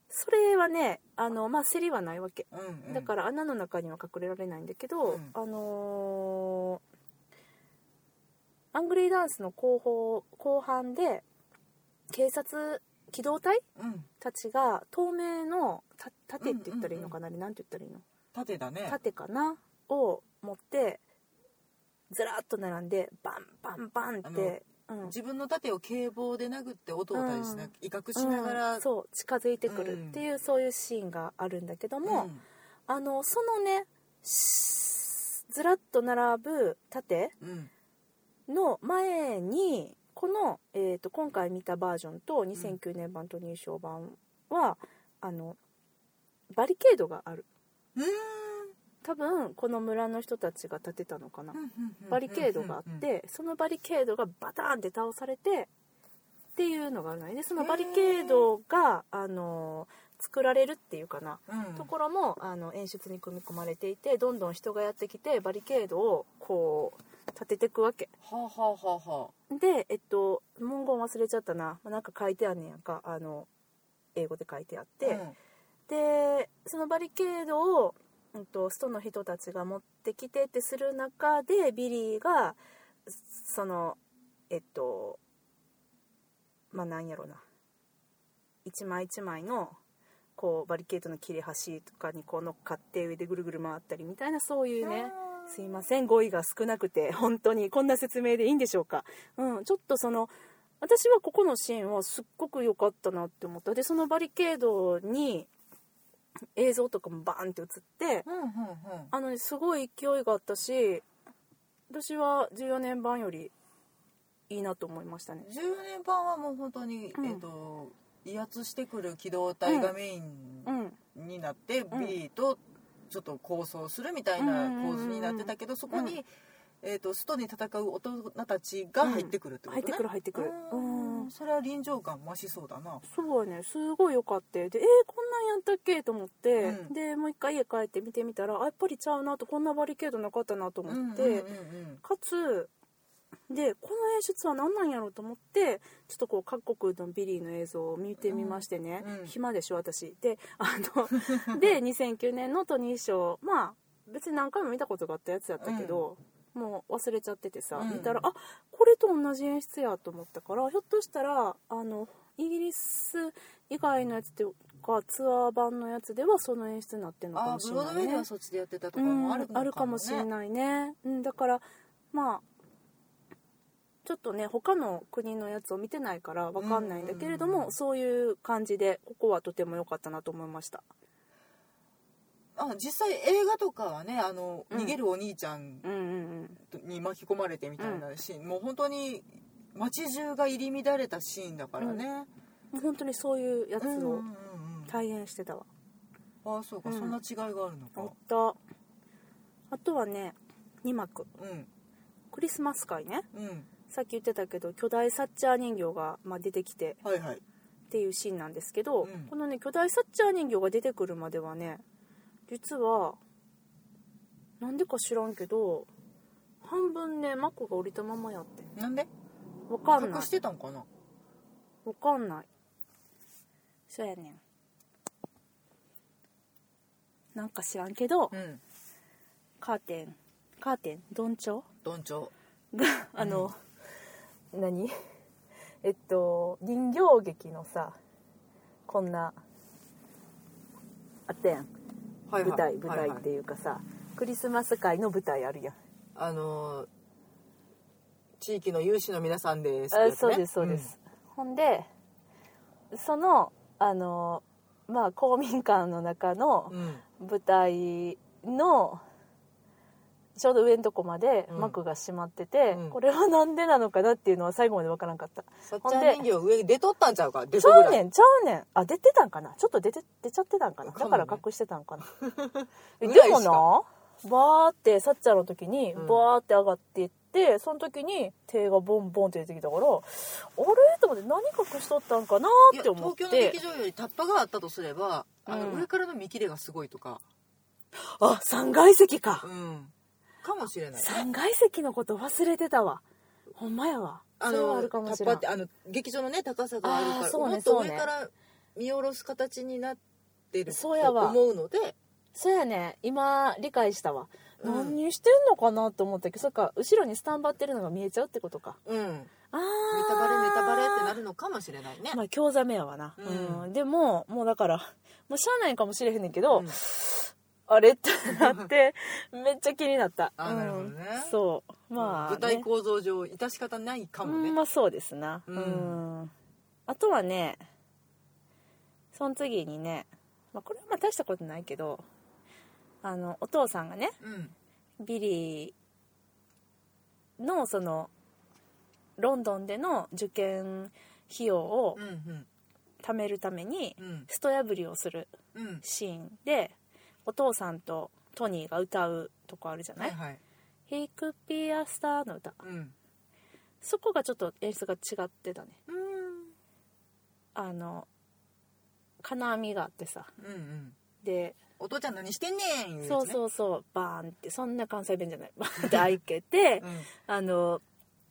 それはねあのまあ競りはないわけ、 うんうん、 だから穴の中には隠れられないんだけど、うん、あのー、アングリーダンスの後方後半で警察機動隊、うん、たちが透明のた盾って言ったらいいのかな、うんうんうん、なんて言ったらいいの、 盾だね、 盾かなを持ってずらっと並んでバンバンバンって、うん、 自分の盾を警棒で殴って音をたりしな、うん、威嚇しながら、 うん、そう近づいてくるっていう、うん、そういうシーンがあるんだけども、うん、あのそのねずらっと並ぶ盾の前にこの、えーと、今回見たバージョンとにせんきゅうねん版と認証版はあのバリケードがある。 うーん、 多分この村の人たちが建てたのかな、バリケードがあって、そのバリケードがバターンって倒されてっていうのがあるので、そのバリケードがあの作られるっていうかな、うん、ところもあの演出に組み込まれていて、どんどん人がやってきてバリケードをこう立てていくわけ。 はあ、はあはあはあ、 でえっと文言忘れちゃったな、なんか書いてあんねんやんか、あの英語で書いてあって、うん、でそのバリケードをうんと、ストの人たちが持ってきてってする中でビリーがそのえっとまあなんやろな、一枚一枚のこうバリケードの切れ端とかにこう乗っかって上でぐるぐる回ったりみたいな、そういうね、すいません語彙が少なくて本当にこんな説明でいいんでしょうか、うん、ちょっとその私はここのシーンはすっごく良かったなって思った。でそのバリケードに映像とかもバーンって映って、 うんうんうん、 あのねすごい勢いがあったし、私はじゅうよねん版よりいいなと思いましたね。 じゅうよねん版はもう本当に、うん、えーと、威圧してくる機動隊がメインになって、うん、ビリーとちょっと抗争するみたいな構図になってたけど、そこに、うんえーと、ストに戦う大人たちが入ってくるってことね、 うん、入ってくる入ってくる、 うん、それは臨場感増しそうだな。 そうね、すごい良かった。でえー、こんなんやったっけと思って、うん、でもう一回家帰って見てみたら、あやっぱりちゃうなと、こんなバリケードなかったなと思って、うんうんうんうん、かつでこの演出は何なんやろうと思って、ちょっとこう各国のビリーの映像を見てみましてね、うんうん、暇でしょ私で、あのでにせんきゅうねんのトニー賞、まあ別に何回も見たことがあったやつやったけど、うん、もう忘れちゃっててさ、うん、見たらあこれと同じ演出やと思ったから、ひょっとしたらあのイギリス以外のやつっていうかツアー版のやつではその演出になってるのかもしれないね。 あブロードウェイではそっちでやってたとかもあるのかもね、うん、 あるかもしれないね、うん、だからまあちょっとね他の国のやつを見てないから分かんないんだけれども、うんうんうん、そういう感じでここはとても良かったなと思いました。 あ実際映画とかはね、あの、うん、逃げるお兄ちゃんに巻き込まれてみたいなシーン、うん、もう本当に街中が入り乱れたシーンだからね、 うん、本当にそういうやつを体現してたわ、 うんうんうん、あそうか、うん、そんな違いがあるのか。 あった。あとはねにまく、 うん、 クリスマス会ね、 うん、 さっき言ってたけど巨大サッチャー人形が、まあ、出てきて、 はいはい、 っていうシーンなんですけど、 うん、 このね巨大サッチャー人形が出てくるまではね、実はなんでか知らんけど半分ね幕が降りたままやって。 なんで？ わかんない。 隠してたんかな？ わかんない。そうやねん。なんか知らんけど、 うん、 カーテンカーテンどんちょどんちょがあの、うん、何えっと人形劇のさこんなあったやん、はいはい、舞台舞台っていうかさ、はいはい、クリスマス会の舞台あるやん、 あの地域の有志の皆さんです、 ね、あそうですそうです、うん、ほんでそのあのまあ公民館の中の舞台のちょうど上のとこまで幕が閉まってて、うん、これはなんでなのかなっていうのは最後まで分からんかった。 サッチャー人形上に出とったんちゃうか。 出とぐらいちゃうねんちゃうねんあ出てたんかな、ちょっと出て出ちゃってたんかな、だから隠してたんかなでもなバーってサッチャーの時にバーって上がっていって、うん、その時に手がボンボンって出てきたから、あれと思って何隠しとったんかなって思って。 東京の劇場よりタッパがあったとすれば、うん、あの上からの見切れがすごいとか、 あさんがい席か、 うんかもしれない、ね、 さんがい席のこと忘れてたわ。ほんまやわ。 あのそれはあるかもしれない。 タッパってあの劇場のね高さがあるから、 そうね、 もっと上から見下ろす形になってるとそうやわ思うので、 そうやね、今理解したわ、 うん、 何してんのかなと思ったけど、そっか、後ろにスタンバってるのが見えちゃうってことか。 うん、 あネタバレネタバレってなるのかもしれないね。 まあ興ざめやわな、 うんうん、でももうだからもうしゃあないかもしれへんねんけど、 うん、 あれってなってめっちゃ気になった。 あ、なるほどね、 うん、そうまあ、ね、 舞台構造上致し方ないかもね、 うん、まあそうですな、 うん、 うん、あとはね、その次にね、まあ、これはまあ大したことないけど、あのお父さんがね、 うん、 ビリーのそのロンドンでの受験費用を貯めるためにスト破りをするシーンで、お父さんとトニーが歌うとこあるじゃない、はいはい、He could be a star の歌、うん、そこがちょっと演出が違ってたね。うん、あの金網があってさ、うんうん、でお父ちゃん何してんねん、ね、 そうそうそう、バーンって、そんな関西弁じゃない、バーンって開けて、うん、あの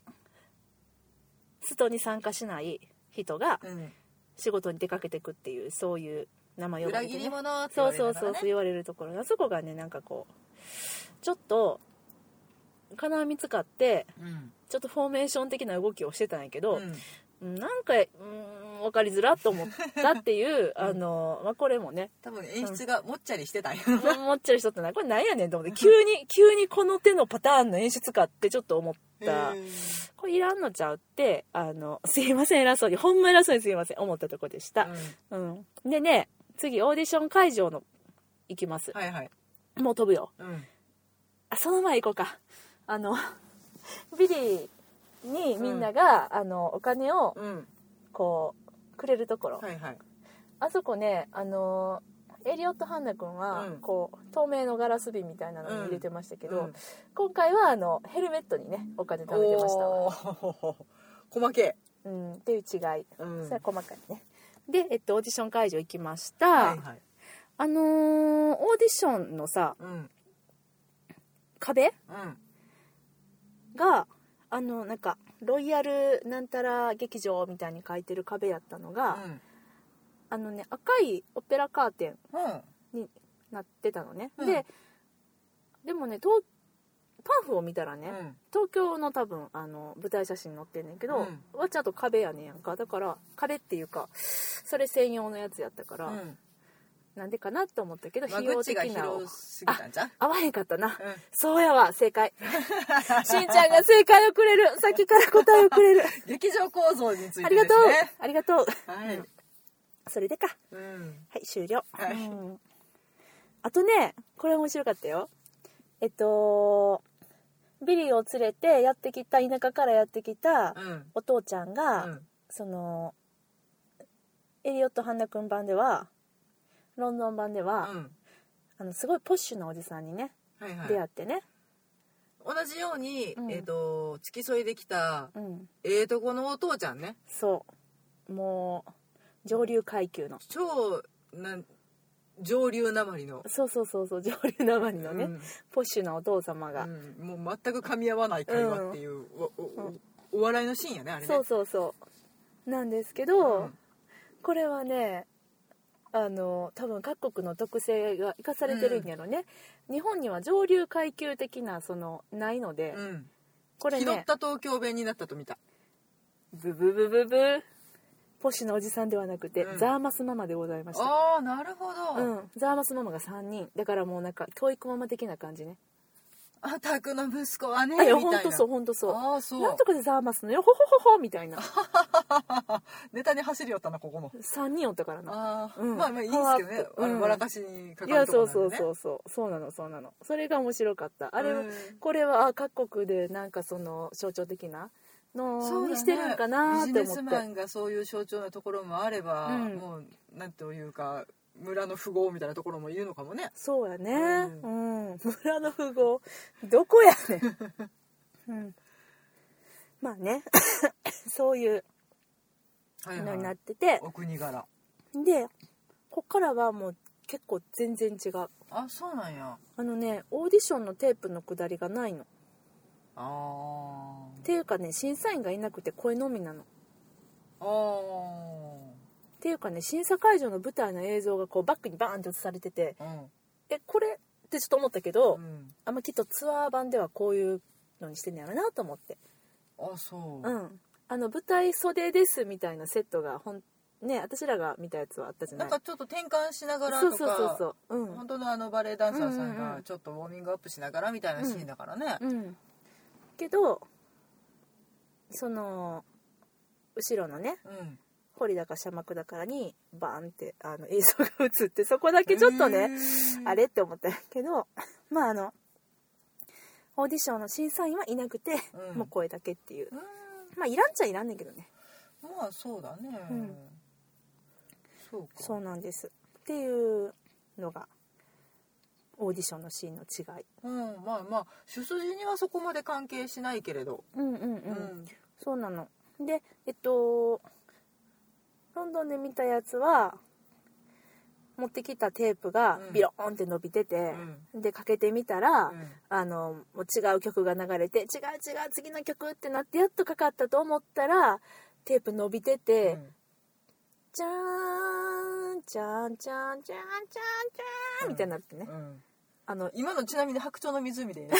ストに参加しない人が仕事に出かけてくっていう、そういう名前呼ばれて、ね、 裏切り者って言われる、ね、そうそうそう言われるところ、あそこがね、なんかこうちょっと金網使って、うん、ちょっとフォーメーション的な動きをしてたんやけど、うん、なんか、うん、分かりづらと思ったっていう、うん、あの、まあ、これもね、 多分演出がもっちゃりしてたんや、 うん、もっちゃりしとったな、これなんやねんと思って、急に急にこの手のパターンの演出かってちょっと思った。これいらんのちゃうって、あの、すいません、偉そうに、ほんま偉そうにすいません、思ったとこでした、うんうん、でね、次オーディション会場の行きます、はいはい、もう飛ぶよ、うん、あ、その前行こうか。あのビリーにみんなが、うん、あのお金をこうくれるところ、はいはい、あそこね、あのエリオット・ハンナ君は、うん、こう透明のガラス瓶みたいなのに入れてましたけど、うん、今回はあのヘルメットにねお金貯めてましたわ。 細けい、うん、っていう違い、うん、それは細かいね。で、えっと、オーディション会場行きました、はいはい、あのー、オーディションのさ、うん、壁、うんがあのなんかロイヤルなんたら劇場みたいに書いてる壁やったのが、うん、あのね赤いオペラカーテンになってたのね、うん、ででもねパンフを見たらね、うん、東京の多分あの舞台写真載ってんねんけど、うん、わちゃんと壁やねんやんか、だから壁っていうかそれ専用のやつやったから、うん、なんでかなって思ったけど、 費用的なあ合わへんかったな、うん、そうやわ、正解しんちゃんが正解をくれる、さっきから答えをくれる劇場構造についてですね、 ありがとうありがとう、はい、うん、それでか、うん、はい終了、はい、うん、あとねこれ面白かったよ。えっとビリーを連れてやってきた、田舎からやってきたお父ちゃんが、うん、そのエリオット・ハンナ君版では、ロンドン版では、うん、あのすごいポッシュなおじさんにね、はいはい、出会ってね、 同じように、うん、えーと、付き添いできた、うん、ええとこのお父ちゃんね、 そうもう上流階級の超なん上流なまりの、 そうそうそうそう上流なまりのね、うん、ポッシュなお父様が、 うん、もう全く噛み合わない会話っていう、うん、お, お, お笑いのシーンやね、あれね。 そうそうそうなんですけど、うん、これはね、あの多分各国の特性が生かされてるんやろね、うん、日本には上流階級的なそのないので、うん、 これね、拾った東京弁になったと見た。 ブブブブブポッシュのおじさんではなくて、うん、ザーマスママでございました。 ああなるほど、 うん、ザーマスママがさんにんだから、もうなんか教育ママ的な感じね。 あ、タクの息子はね、 あ、いやほんとそうほんとそう、あそうなんとかでザーマスのよほほほほみたいなネタに走りよったな、ここもさんにんおったからな。 あ、うん、まあまあいいですけどね、うん、あの笑かしにかかるところなんでね。いやそうそうそうそうそうなのそうなの、それが面白かった。あれはこれは各国でなんかその象徴的なのにしてるんかなって思って、ね、ビジネスマンがそういう象徴なところもあれば、うん、もうなんというか村の富豪みたいなところもいるのかもね。 そうやね、うん、うん、村の富豪どこやねん、うん、まあねそういうのになってて、はいはい、 お国柄でこっからはもう結構全然違う。 あ、そうなんや。 あのねオーディションのテープのくだりがないの。 あっていうかね、審査員がいなくて声のみなの。 あっていうかね、審査会場の舞台の映像がこうバックにバーンって映されてて、 うん、 えこれってちょっと思ったけど、 うん、 あんまきっとツアー版ではこういうのにしてんのやろなと思って。 あ、そう。 うん。あの舞台袖ですみたいなセットがほんね、私らが見たやつはあったじゃない。 なんかちょっと転換しながらとか、 そうそうそうそう、うん、 本当のあのバレエダンサーさんがちょっとウォーミングアップしながらみたいなシーンだからね。 うんうん、けどその後ろのね、うん、堀だか斜幕だからにバーンってあの映像が映って、そこだけちょっとねあれって思ったけど、まああのオーディションの審査員はいなくて、うん、もう声だけっていう、まあいらんちゃいらんねんけどね。 まあそうだね、うん、そうか、 そうなんですっていうのがオーディションのシーンの違い。 うん、まあまあ主筋にはそこまで関係しないけれど、 うんうんうん、うん、そうなので、えっとロンドンで見たやつは持ってきたテープがビローンって伸びてて、うん、でかけてみたら、うん、あのもう違う曲が流れて、違う違う次の曲ってなってやっとかかったと思ったらテープ伸びてて、うん、じゃーんじゃんじゃんじゃんじゃんじゃんみたいになってね、うん、 あの今のちなみに白鳥の湖で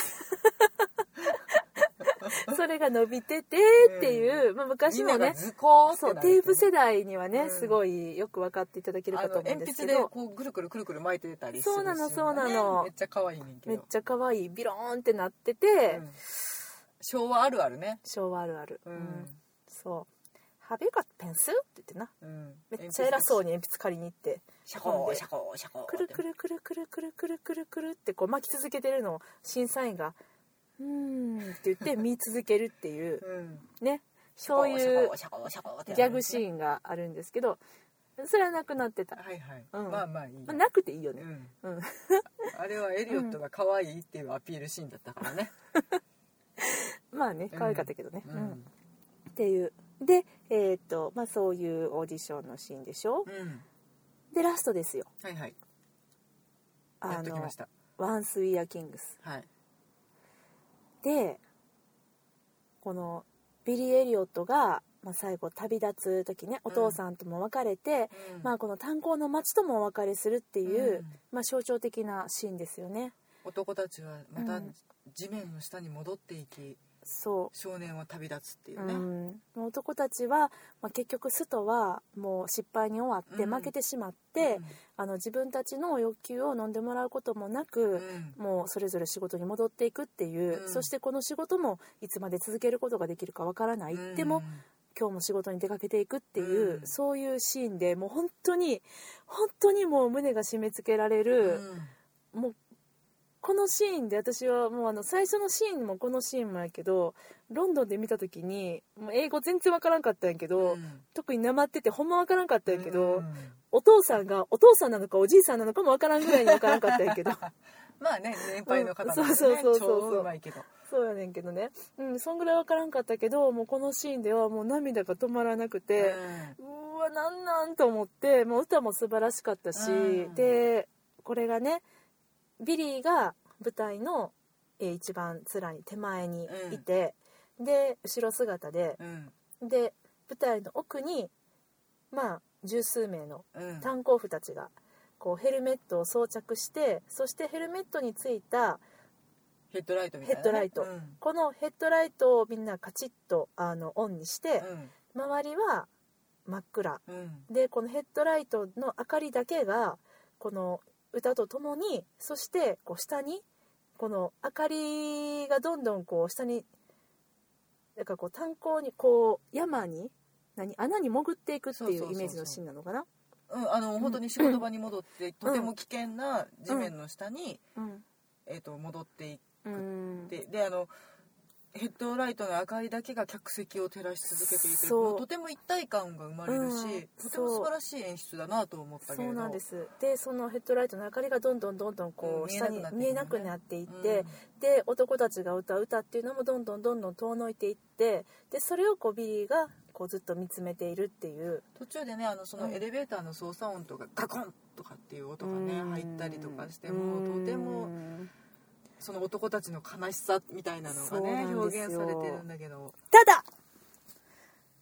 それが伸びててっていう、うん、まあ、昔のね、 そうテープ世代にはね、うん、すごいよく分かっていただけるかと思うんですけど、 鉛筆でこうぐるくるくるくる巻いてたりするし、 そうなのそうなの、 めっちゃ可愛いねんけど、 めっちゃ可愛いビローンってなってて、うん、 昭和あるあるね、 昭和あるある、 うんうん、 そうハベガペンスって言ってな、うん、めっちゃ偉そうに鉛筆借りに行ってシャコーシャコーシャコーくるくるくるくるくるくるくるくるってこう巻き続けてるのを審査員がうーんって言って見続けるっていう、うん、ね、そういうギャグシーンがあるんですけど、それはなくなってた。 はいはい、うん、まあまあいい、 まあ、なくていいよね、 うんうん、あれはエリオットが可愛いっていうアピールシーンだったからねまあね可愛かったけどね、うんうん、っていうで、えーっとまあ、そういうオーディションのシーンでしょ、うん、でラストですよ。 はいはい、 あのやっときました。 Once We Are Kings、 はい、 でこのビリー・エリオットが、まあ、最後旅立つ時ね、お父さんとも別れて、うん、まあ、この炭鉱の町ともお別れするっていう、うん、まあ、象徴的なシーンですよね。 男たちはまた地面の下に戻っていき、うん、そう少年は旅立つっていうね、 うん、男たちは、まあ、結局ストはもう失敗に終わって負けてしまって、うん、あの自分たちの欲求を飲んでもらうこともなく、うん、もうそれぞれ仕事に戻っていくっていう、うん、そしてこの仕事もいつまで続けることができるかわからない、うん、でも今日も仕事に出かけていくっていう、うん、そういうシーンでもう本当に本当にもう胸が締め付けられる、うん、もうこのシーンで私はもうあの最初のシーンもこのシーンもやけどロンドンで見た時にもう英語全然わからんかったんやけど、うん、特になまっててほんまわからんかったんやけど、うん、お父さんがお父さんなのかおじいさんなのかもわからんぐらいにわからんかったんやけどまあね年配の方なんでね、 うん、そうそうそうそう超うまいけどそうやねんけどね、うん、そんぐらいわからんかったけどもうこのシーンではもう涙が止まらなくて、うん、うわなんなんと思ってもう歌も素晴らしかったし、うん、でこれがねビリーが舞台の、えー、一番面に手前にいて、うん、で後ろ姿で、うん、で舞台の奥にまあ十数名の炭鉱夫たちがこうヘルメットを装着してそしてヘルメットについたヘッドライトみたいな、ね、 ヘッドライト、うん、このヘッドライトをみんなカチッとあのオンにして、うん、周りは真っ暗、うん、でこのヘッドライトの明かりだけがこの歌とともにそしてこう下にこの明かりがどんどんこう下にだからこう炭鉱にこう山に何穴に潜っていくっていうイメージのシーンなのかな。 うん、あの本当に仕事場に戻って、うん、とても危険な地面の下に、うんえー、と戻っていくって、うん、であのヘッドライトの明かりだけが客席を照らし続けていてもうとても一体感が生まれるし、うん、とても素晴らしい演出だなと思ったけれどそうなんです。でそのヘッドライトの明かりがどんどんどんどんこう、うん、下に見えなくなっていって、うん、で男たちが歌う歌っていうのもどんどんどんどん遠のいていってでそれをこうビリーがこうずっと見つめているっていう途中でねあのそのエレベーターの操作音とかガコンとかっていう音がね、うん、入ったりとかしてもとてもその男たちの悲しさみたいなのがね表現されてるんだけどただ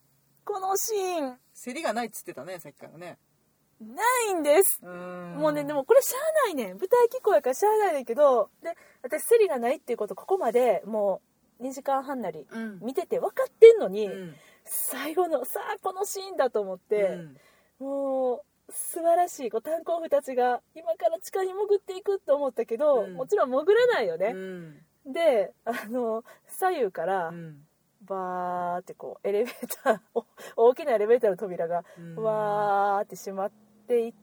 このシーン競りがないっつってたねさっきからね。 ないんです。うもうねでもこれしゃあないねん、舞台機構やからしゃあないねんけど、で私競りがないっていうことここまでもうにじかんはんなり見てて分かってんのに、うん、最後のさあこのシーンだと思って、うん、もう素晴らしいこう炭鉱夫たちが今から地下に潜っていくと思ったけど、うん、もちろん潜れないよね、うん、であの左右から、うんバーってこうエレベーター大きなエレベーターの扉がわーって閉まっていって、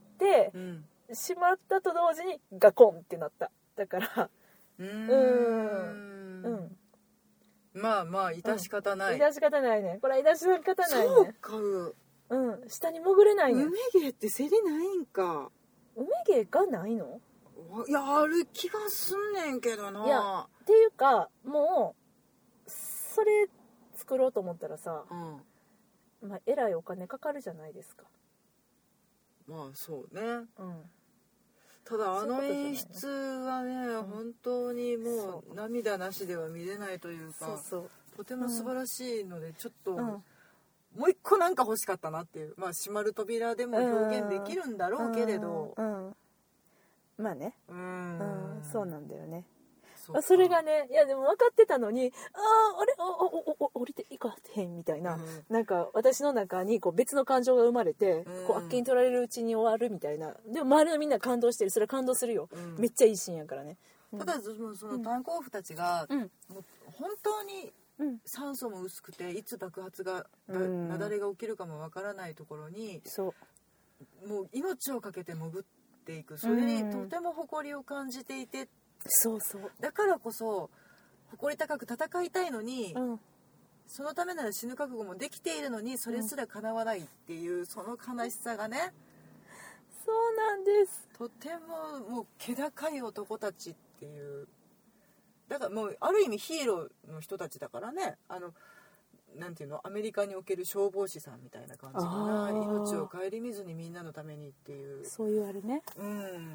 うん、閉まったと同時にガコンってなった。だからうーんうんまあまあ致し方ない、 うん、致し方ないねこれは致し方ないね。 そうかうん下に潜れないね。 梅芸って競りないんか。 梅芸がないの？ いやある気がすんねんけどな。 いやっていうかもうそれ作ろうと思ったらさ、うん、まあえらいお金かかるじゃないですか。 まあそうね、うん、ただあの演出はね、うん、本当にもう涙なしでは見れないというか、そうそうとても素晴らしいので、うん、ちょっと、うん、もう一個なんか欲しかったなっていう、まあ閉まる扉でも表現できるんだろうけれど、 うんうん、まあね、うん、うん、そうなんだよね。そ, それがねいやでも分かってたのにあああれあおおお降りていかへんみたいな、うん、なんか私の中にこう別の感情が生まれて、うん、こうあっけに取られるうちに終わるみたいな。でも周りのみんな感動してる。それは感動するよ、うん、めっちゃいいシーンやからね、 うん、ただその、その炭鉱夫たちが、うん、もう本当に酸素も薄くていつ爆発が、うん、雪崩が起きるかも分からないところにそうもう命を懸けて潜っていく。それにとても誇りを感じていて、 そうそうだからこそ誇り高く戦いたいのに、うん、そのためなら死ぬ覚悟もできているのにそれすら叶わないっていう、うん、その悲しさがねそうなんです。 とてももう気高い男たちっていう。だからもうある意味ヒーローの人たちだからね。あのなんていうのアメリカにおける消防士さんみたいな感じかな。命を顧みずにみんなのためにっていう、 そういうあれね、 うん、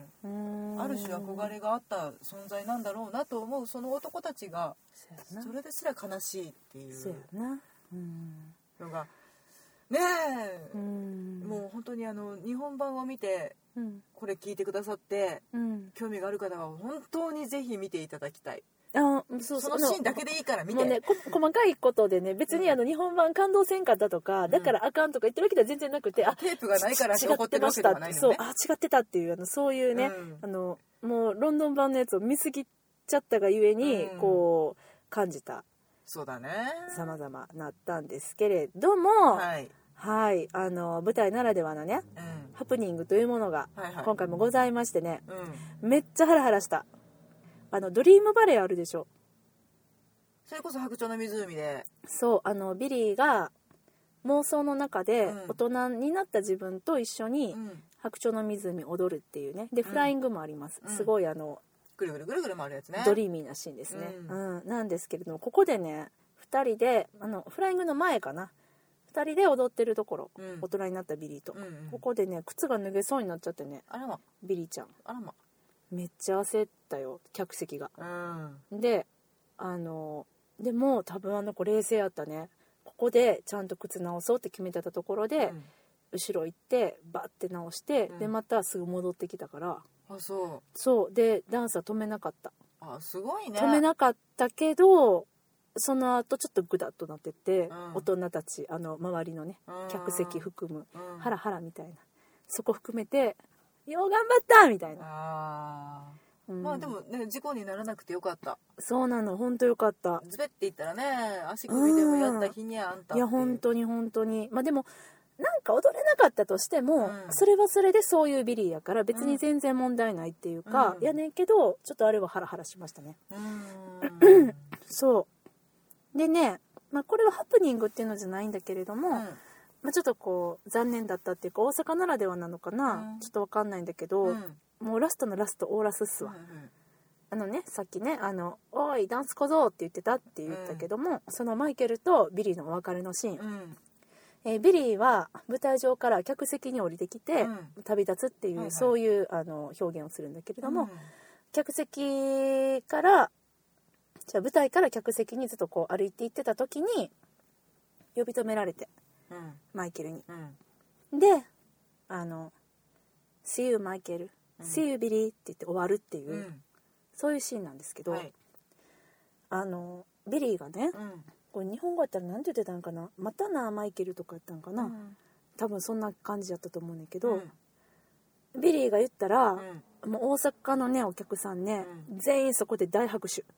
うんある種憧れがあった存在なんだろうなと思うその男たちがそれですら悲しいっていうのがねえ、うん、もう本当にあの日本版を見て、うん、これ聞いてくださって、うん、興味がある方は本当にぜひ見ていただきたい。あそうそうそのシーンだけでいいから見て。もうね、 細かいことでね別にあの日本版感動せんかったとか、うん、だからあかんとか言ってるわけでは全然なくて、うん、あテープがないからって怒ってるわけではないのね。 そうあ違ってたっていうあのそういうね、うん、あのもうロンドン版のやつを見すぎちゃったがゆえに、うん、こう感じたそうだね様々なったんですけれども、はいはい、あの舞台ならではのね、うん、ハプニングというものが今回もございましてね、うん、めっちゃハラハラした。あのドリームバレーあるでしょ。 それこそ白鳥の湖でそうあのビリーが妄想の中で大人になった自分と一緒に白鳥の湖踊るっていうね。でフライングもあります、うん、すごいあのぐるぐるぐるぐる回るやつね。 ドリーミーなシーンですね、うんうん、なんですけれどもここでねふたりであのフライングの前かなふたりで踊ってるところ、うん、大人になったビリーと、うんうん、ここでね靴が脱げそうになっちゃってねあら、ま、 ビリーちゃんあら、ま、 めっちゃ焦ったよ客席が、うん、であのでも多分あの子冷静やったね。ここでちゃんと靴直そうって決めてたところで、うん、後ろ行ってバッて直して、うん、でまたすぐ戻ってきたから。 あそうそうでダンスは止めなかった。 あすごいね。 止めなかったけどその後ちょっとグダッとなってて、うん、大人たちあの周りのね客席含む、うん、ハラハラみたいなそこ含めてよう頑張ったみたいな。あうん、まあでもね事故にならなくてよかった。 そうなの本当よかった。 ズベって言ったらね足首でもやった日にゃあんたっていや本当に本当にまあでもなんか踊れなかったとしても、うん、それはそれでそういうビリーやから別に全然問題ないっていうか、うん、やねんけどちょっとあれはハラハラしましたね。うんそうでね、まあ、これはハプニングっていうのじゃないんだけれども、うんまあ、ちょっとこう残念だったっていうか大阪ならではなのかな、うん、ちょっと分かんないんだけど、うんもうラストのラストオーラスっすわ、うんうん、あのねさっきねあのおいダンス小僧って言ってたって言ったけども、うん、そのマイケルとビリーのお別れのシーン、うんえー、ビリーは舞台上から客席に降りてきて、うん、旅立つっていう、はいはい、そういうあの表現をするんだけれども、うん、客席からじゃあ舞台から客席にずっとこう歩いて行ってた時に呼び止められてうん、 マイケルに、 うん、 であの See you マイケル、 うん、 See you ビリーって言って終わるっていう、 うん、 そういうシーンなんですけど、はい、あのビリーがね、うん、これ日本語やったら何て言ってたんかな、またなマイケルとかやったんかな、うん、多分そんな感じやったと思うんだけど、うん、ビリーが言ったら、うん、もう大阪のねお客さんね、うん、全員そこで大拍手、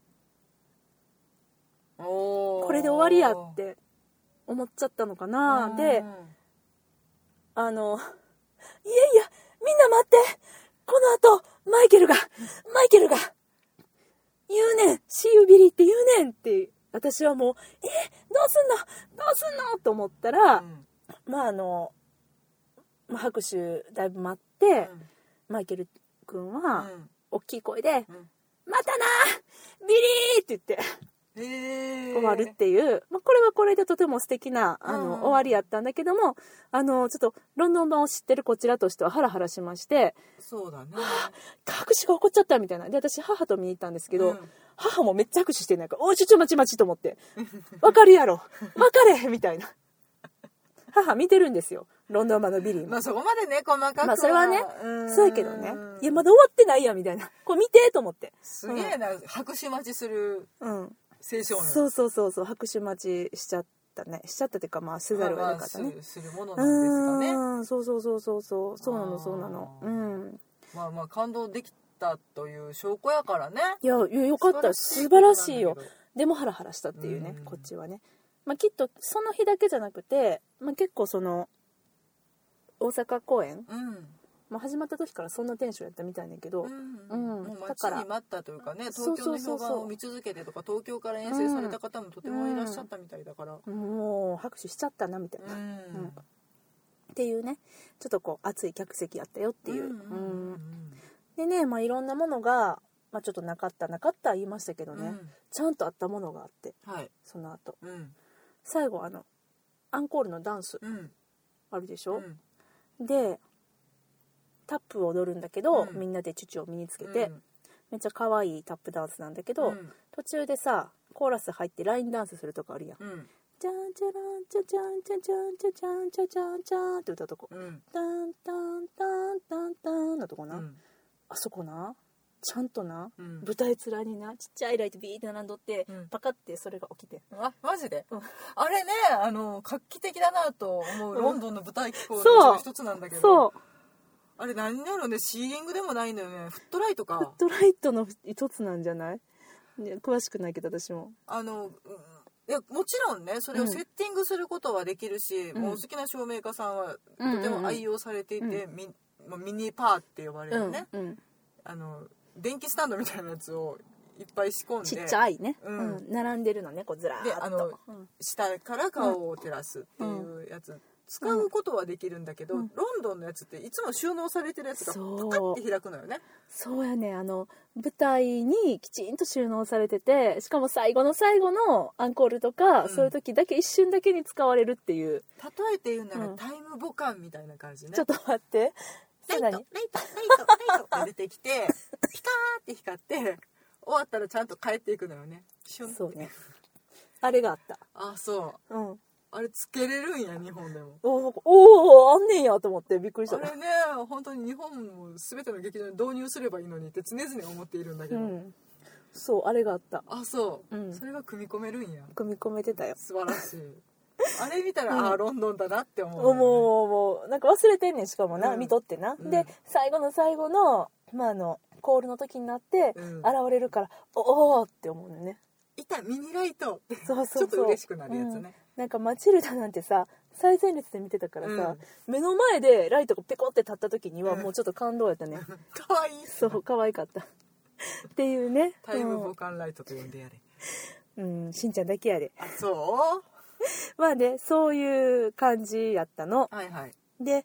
これで終わりやって思っちゃったのかな、うん、であのいやいやみんな待って、この後マイケルがマイケルが言うねん、シーユービリーって言うねんって、私はもうえどうすんのどうすんのと思ったら、うん、まああの拍手だいぶ待って、うん、マイケル君は大きい声で、うん、またなビリーって言って終わるっていう、まあ、これはこれでとても素敵なあの、うん、終わりやったんだけども、あのちょっとロンドン版を知ってるこちらとしてはハラハラしまして、 そうだね、 拍手が起こっちゃったみたいなで、私母と見に行ったんですけど、うん、母もめっちゃ拍手してないから、おいちょちょ待ち待ちと思ってわかるやろわかれみたいな母見てるんですよ、ロンドン版のビリーも。 まあそこまでね細かくは、 まあそれはねそうやけどね、いやまだ終わってないやみたいな、これ見てと思って、 すげえな、うん、拍手待ちする、うん青少年、 そうそうそうそう、拍手待ちしちゃったね、しちゃったっていうか、まあせざるを得なかったね、まあまあ、するものなんですかね。 うん、そうそうそうそうそう、そうなのそうなの、うん、 まあまあ感動できたという証拠やからね。 いやよかった、素晴らしいよ。でもハラハラしたっていうね、うん、こっちはね、まあきっとその日だけじゃなくて、まあ結構その大阪公演、うんまあ、始まった時からそんなテンションやったみたいだけど、うんうん、もう待ちに待ったというかね、東京の評判を見続けてとか東京から遠征された方もとてもいらっしゃったみたいだから、 うん、もう拍手しちゃったなみたいな、うんうん、っていうね、ちょっとこう熱い客席やったよっていう、うんうんうん、でね、まあ、いろんなものが、まあ、ちょっとなかったなかった言いましたけどね、うん、ちゃんとあったものがあって、はい、その後、うん、最後あのアンコールのダンス、うん、あるでしょ、うん、でタップを踊るんだけど、うん、みんなでチュチュを身につけて、うん、めっちゃ可愛いタップダンスなんだけど、うん、途中でさコーラス入ってラインダンスするとこあるやん、うん、チャンチャランチャチャンチャチャンチャチャンチャチャンチャンって歌うとこ、うん、タンタンタンタンタンのとこな、うん、あそこなちゃんとな、うん、舞台面になちっちゃいライトビーって並んどって、うん、パカってそれが起きて、 あマジで、うん、あれねあの画期的だなと思う、ロンドンの舞台機構の一つなんだけど、そうあれ何だろうね、シーリングでもないんだよね、フットライトか、 フットライトの一つなんじゃない、いや詳しくないけど私もあの、うん、いやもちろんねそれをセッティングすることはできるし、うん、もう好きな照明家さんはとても愛用されていて、うんうんうん、ミ, ミニパーって呼ばれるね、うんうん、あの電気スタンドみたいなやつをいっぱい仕込んでちっちゃいね、うんうん、並んでるのねこうずらーっとであの、 うん、下から顔を照らすっていうやつ、うん、使うことはできるんだけど、うん、ロンドンのやつっていつも収納されてるやつがパカって開くのよね。 そうやね、あの舞台にきちんと収納されてて、しかも最後の最後のアンコールとか、うん、そういう時だけ一瞬だけに使われるっていう、 例えて言うなら、うん、タイムボカンみたいな感じね。 ちょっと待って、 ライトライトライトライトが出てきてピカーって光って終わったらちゃんと帰っていくのよね。 そうね、あれがあった。 あ、そう、うん、あれつけれるんや日本でも。 おおあんねんやと思ってびっくりした。 あれね本当に日本も全ての劇場に導入すればいいのにって常々思っているんだけど、うん、 そうあれがあった。 あそう、うん、それが組み込めるんや。 組み込めてたよ。 素晴らしいあれ見たら、うん、あロンドンだなって思う、ね、 思う思う、なんか忘れてんねん、しかもな、うん、見とってな、うん、で最後の最後の、まあ、あのコールの時になって現れるから、うん、おおって思うのね。 いたミニライトってそうそうそう、 ちょっと嬉しくなるやつね、うん、 なんかマチルダなんてさ最前列で見てたからさ、うん、目の前でライトがペコって立った時にはもうちょっと感動やったね、うん、 かわいい。 そう可愛かったっていうね。 タイムボカンライトと呼んでやれ。 うん、しんちゃんだけやで。 あそうまあねそういう感じやったの、 はいはい、 で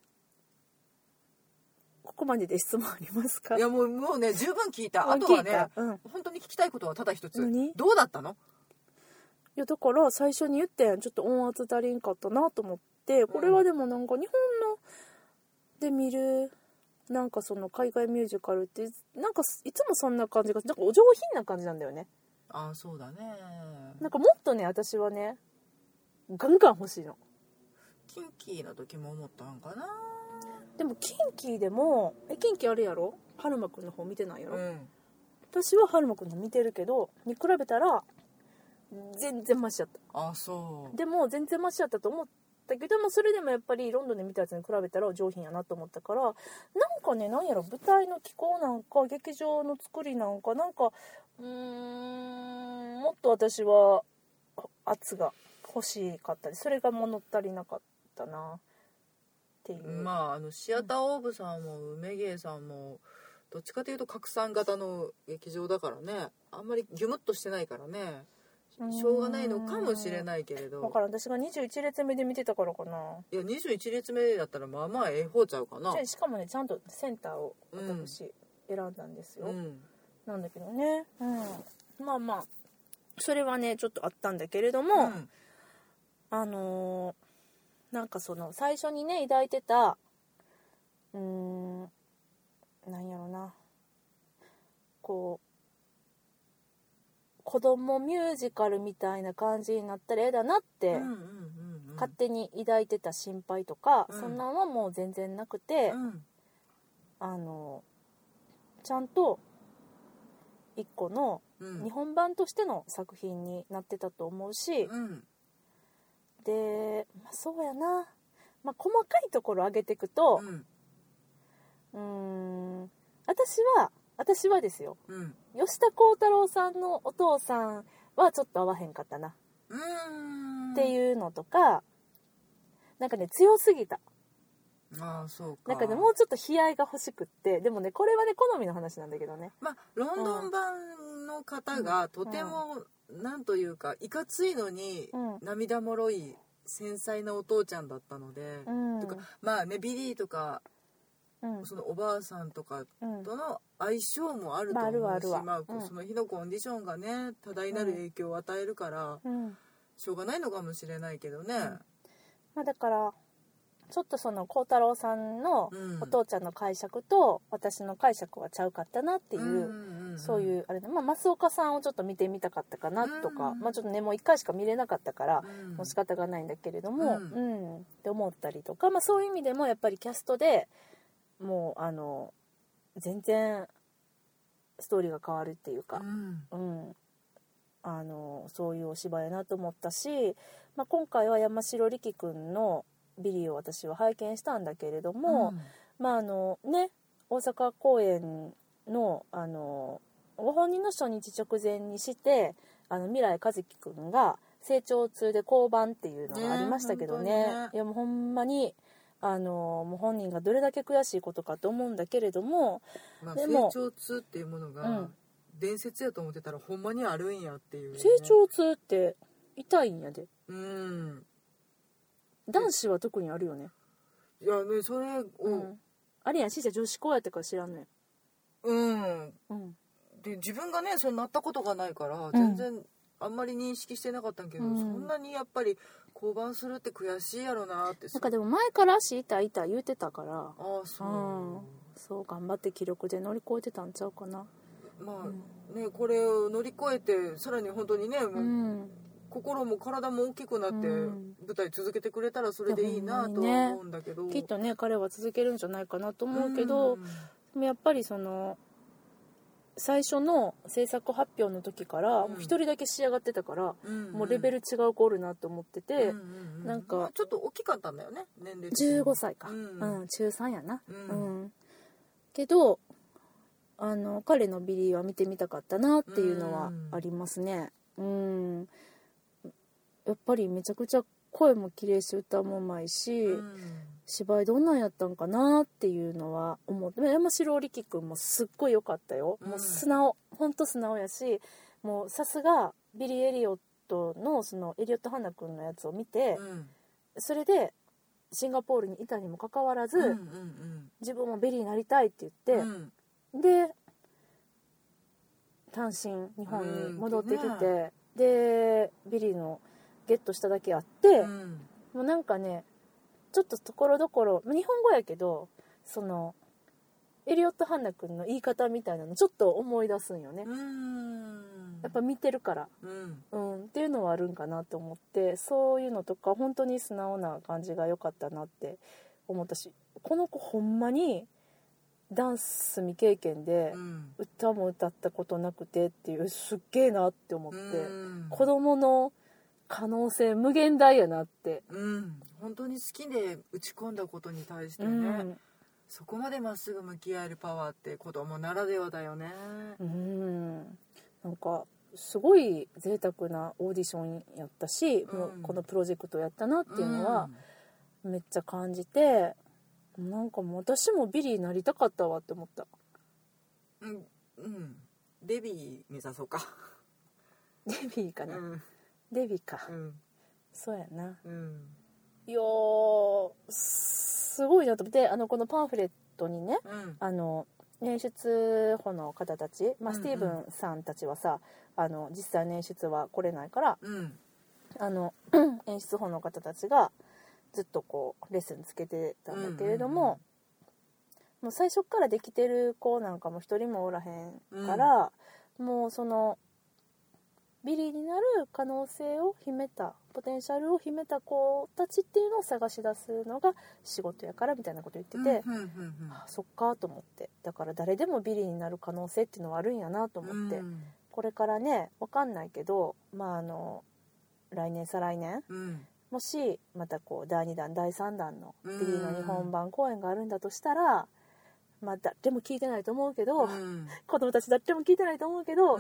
ここまでで質問ありますか。 いやもう、もうね十分聞いた。あとはね、うん、本当に聞きたいことはただ一つ。どうだったの。 いやだから最初に言ってちょっと音圧足りんかったなと思って、これはでもなんか日本ので見るなんかその海外ミュージカルってなんかいつもそんな感じがなんかお上品な感じなんだよね。 ああそうだね。 なんかもっとね私はねガンガン欲しいの。 キンキーの時も思ったんかな。 でもキンキーでもえキンキーあれやろ、春馬くんの方見てないやろ、 うん、 私は春馬くんの見てるけどに比べたら全然マシやった。 あ、そうでも全然マシやったと思ったけども、それでもやっぱりロンドンで見たやつに比べたら上品やなと思ったから、なんかね、なんやろ、舞台の機構なんか劇場の作りなんかなんかうーんもっと私は圧が欲しかったり、それが物足りなかったなっていう。 まああのシアターオーブさんも梅芸さんもどっちかというと拡散型の劇場だからね、あんまりギュムッとしてないからね、しょうがないのかもしれないけれど、 だから私がにじゅういち列目で見てたからかな。 いやにじゅういち列目だったらまあまあええ方ちゃうかな。 しかもねちゃんとセンターを私選んだんですよ、 うん、 なんだけどね、うん、まあまあそれはねちょっとあったんだけれども、うん、あのー、なんかその最初にね抱いてたうーんなんやろな、こう子供ミュージカルみたいな感じになったら嫌だなって勝手に抱いてた心配とか、うん、そんなんはもう全然なくて、うん、あのちゃんと一個の日本版としての作品になってたと思うし、うん、で、まあ、そうやな、まあ、細かいところ上げていくと、うん、うーん私は私はですよ、うん、吉田鋼太郎さんのお父さんはちょっと合わへんかったなうーんっていうのとか、なんかね強すぎた。 ああそうか。 なんかねもうちょっと悲哀が欲しくって、でもねこれはね好みの話なんだけどね。 まあロンドン版の方がとても、うん、なんというかいかついのに、うん、涙もろい繊細なお父ちゃんだったので、うん、とかまあねビリーとか。うん、そのおばあさんとかとの相性もあると思うし、まああるあるまあ、その日のコンディションがね多大なる影響を与えるから、うん、しょうがないのかもしれないけどね、うんまあ、だからちょっとその孝太郎さんのお父ちゃんの解釈と私の解釈はちゃうかったなっていう、うんうんうん、そういうあれで、まあ、増岡さんをちょっと見てみたかったかなとか、うんまあ、ちょっとねもういっかいしか見れなかったから、うん、もう仕方がないんだけれども、うんうん、って思ったりとか、まあ、そういう意味でもやっぱりキャストでもうあの全然ストーリーが変わるっていうか、うんうん、あのそういうお芝居やなと思ったし、まあ、今回は山城力君のビリーを私は拝見したんだけれども、うん、まああのね大阪公演のあのご本人の初日直前にしてあの未来和樹君が成長痛で降板っていうのがありましたけど ね, ねいやもうほんまにあのもう本人がどれだけ悔しいことかと思うんだけれども、 まあ、でも成長痛っていうものが伝説やと思ってたらほんまにあるんやっていう、ね、 成長痛って痛いんやで。うん男子は特にあるよね。 いやねそれを、うん、 あれやんしーちゃん女子校やったから知らんねん。 うん、うん、で自分がねそうなったことがないから全然あんまり認識してなかったんけど、うん、そんなにやっぱり降板するって悔しいやろなって。 なんかでも前から足痛い痛い言うてたから、ああそう、うん、 そう頑張って気力で乗り越えてたんちゃうかな。 まあ、うん、ねこれを乗り越えてさらに本当にね、もう、うん心も体も大きくなって舞台続けてくれたらそれでいいなとは思うんだけど、 ね、きっとね彼は続けるんじゃないかなと思うけど、うん、でもやっぱりその最初の制作発表の時から一、うん、人だけ仕上がってたから、うん、もうレベル違う子おるなと思ってて、うんうんうん、なんか、まあ、 ちょっと大きかったんだよね年齢的に。 じゅうごさいか、うんうん、中さんやな、うんうん、けどあの彼のビリーは見てみたかったなっていうのはありますね。うんうんやっぱりめちゃくちゃ声も綺麗し歌もうまいし、うん、芝居どんなんやったんかなっていうのは思って、山城力君もすっごい良かったよ、うん、もう素直ほんと素直やし、もうさすがビリー・エリオットのそのエリオット・ハナ君のやつを見て、うん、それでシンガポールにいたにもかかわらず、うんうんうん、自分もビリーになりたいって言って、うん、で単身日本に戻ってきて、うんね、でビリーのゲットしただけあって、うん、もうなんかねちょっとところどころ日本語やけどそのエリオット・ハンナ君の言い方みたいなのちょっと思い出すんよね。 うーんやっぱ見てるから、 うんうん、っていうのはあるんかなと思って、そういうのとか本当に素直な感じが良かったなって思ったし、この子ほんまにダンス未経験で、 うん、 歌も歌ったことなくてっていう、すっげえなって思って、 うん、 子供の可能性無限大やなって、 うん、本当に好きで打ち込んだことに対してね、うん、そこまでまっすぐ向き合えるパワーって子供ならではだよね。 うん、なんかすごい贅沢なオーディションやったし、うん、もうこのプロジェクトやったなっていうのはめっちゃ感じて、なんかもう私もビリーになりたかったわって思った。 うん、うん、デビー目指そうか。 デビーかな、うん、デビーか、うん、そうやな、うん、いやーすごいなと思って、あのこのパンフレットにね、うん、あの演出補の方たち、まあ、スティーブンさんたちはさ、うんうん、あの実際の演出は来れないから、うん、あの演出補の方たちがずっとこうレッスンつけてたんだけれども、うんうんうん、もう最初からできてる子なんかも一人もおらへんから、うん、もうそのビリーになる可能性を秘めたポテンシャルを秘めた子たちっていうのを探し出すのが仕事やからみたいなこと言ってて、うんうんうんうん、あそっかと思って、だから誰でもビリーになる可能性っていうのはあるんやなと思って、うん、これからね分かんないけど、まああの来年再来年、うん、もしまたこうだいにだんだいさんだんのビリーの日本版公演があるんだとしたら、まあ、誰も聞いてないと思うけど、うん、子供たち誰も聞いてないと思うけど、うん、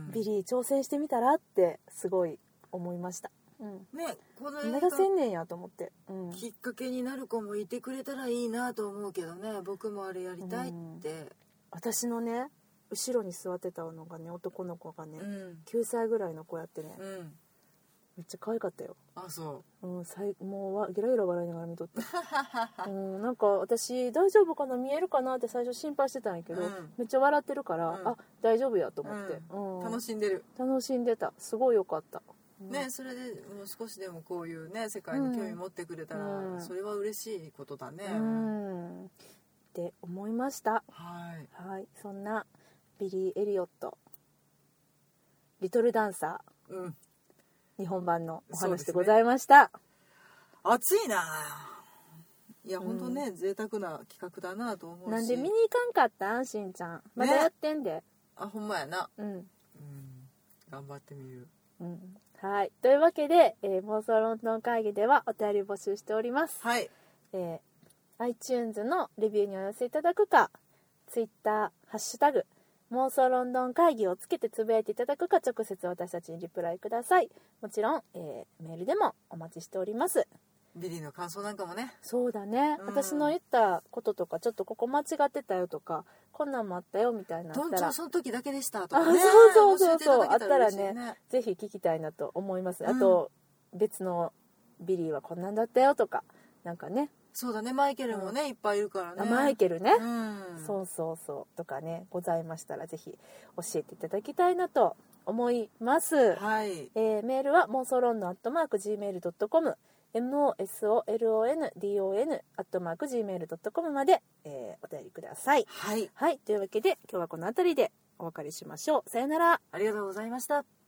ビリー挑戦してみたらってすごい思いました、うん、 ね、この映画せんねんやと思って、うん、 きっかけになる子もいてくれたらいいなと思うけどね、僕もあれやりたいって、うん、 私のね後ろに座ってたのがね男の子がね、うん、きゅうさいぐらいの子やってね、うん、めっちゃ可愛かったよ。 あ、そう、 うん、さいもうわゲラゲラ笑いながら見とって、うん、なんか私大丈夫かな見えるかなって最初心配してたんやけど、うん、めっちゃ笑ってるから、うん、あ大丈夫やと思って、 うんうん、楽しんでる楽しんでた、すごいよかった、 うん、ね、それでもう少しでもこういうね世界に興味持ってくれたら、うん、それは嬉しいことだね、うん、 って思いました。 はい、 はい、そんなビリー・エリオットリトルダンサー、うん、日本版のお話でございました、ね、 暑いな、いや、うん、ほんとね贅沢な企画だなと思うし、 なんで見に行かんかったんしんちゃん、まだやってんで、ね、 あ、ほんまやな、うん、うん、頑張ってみる、 うん、はい、というわけで、えー、妄想ロンドン会議ではお便り募集しております。 はい、 えー、iTunes のレビューにお寄せいただくか、Twitter ハッシュタグ妄想ロンドン会議をつけてつぶやいていただくか、直接私たちにリプライください。もちろん、えー、メールでもお待ちしております。 ビリーの感想なんかもね、 そうだね、うん、私の言ったこととかちょっとここ間違ってたよとか、こんなんもあったよみたいなあったら、 どんちょんその時だけでしたとかね、 そうそうそうそう、あったらね、ぜひ聞きたいなと思います、うん、あと別のビリーはこんなんだったよとか、なんかね、 そうだね、マイケルもね、うん、いっぱいいるからね、 マイケルね、うん、そうそうそうとかねございましたら、ぜひ教えていただきたいなと思います、 はい、 えー、メールは妄想ロンドンアットマーク ジーメールドットコム モソロンドン アットマーク ジーメールドットコム まで、えー、お便りください。 はい、 はい、というわけで今日はこの辺りでお別れしましょう。さよなら。 ありがとうございました。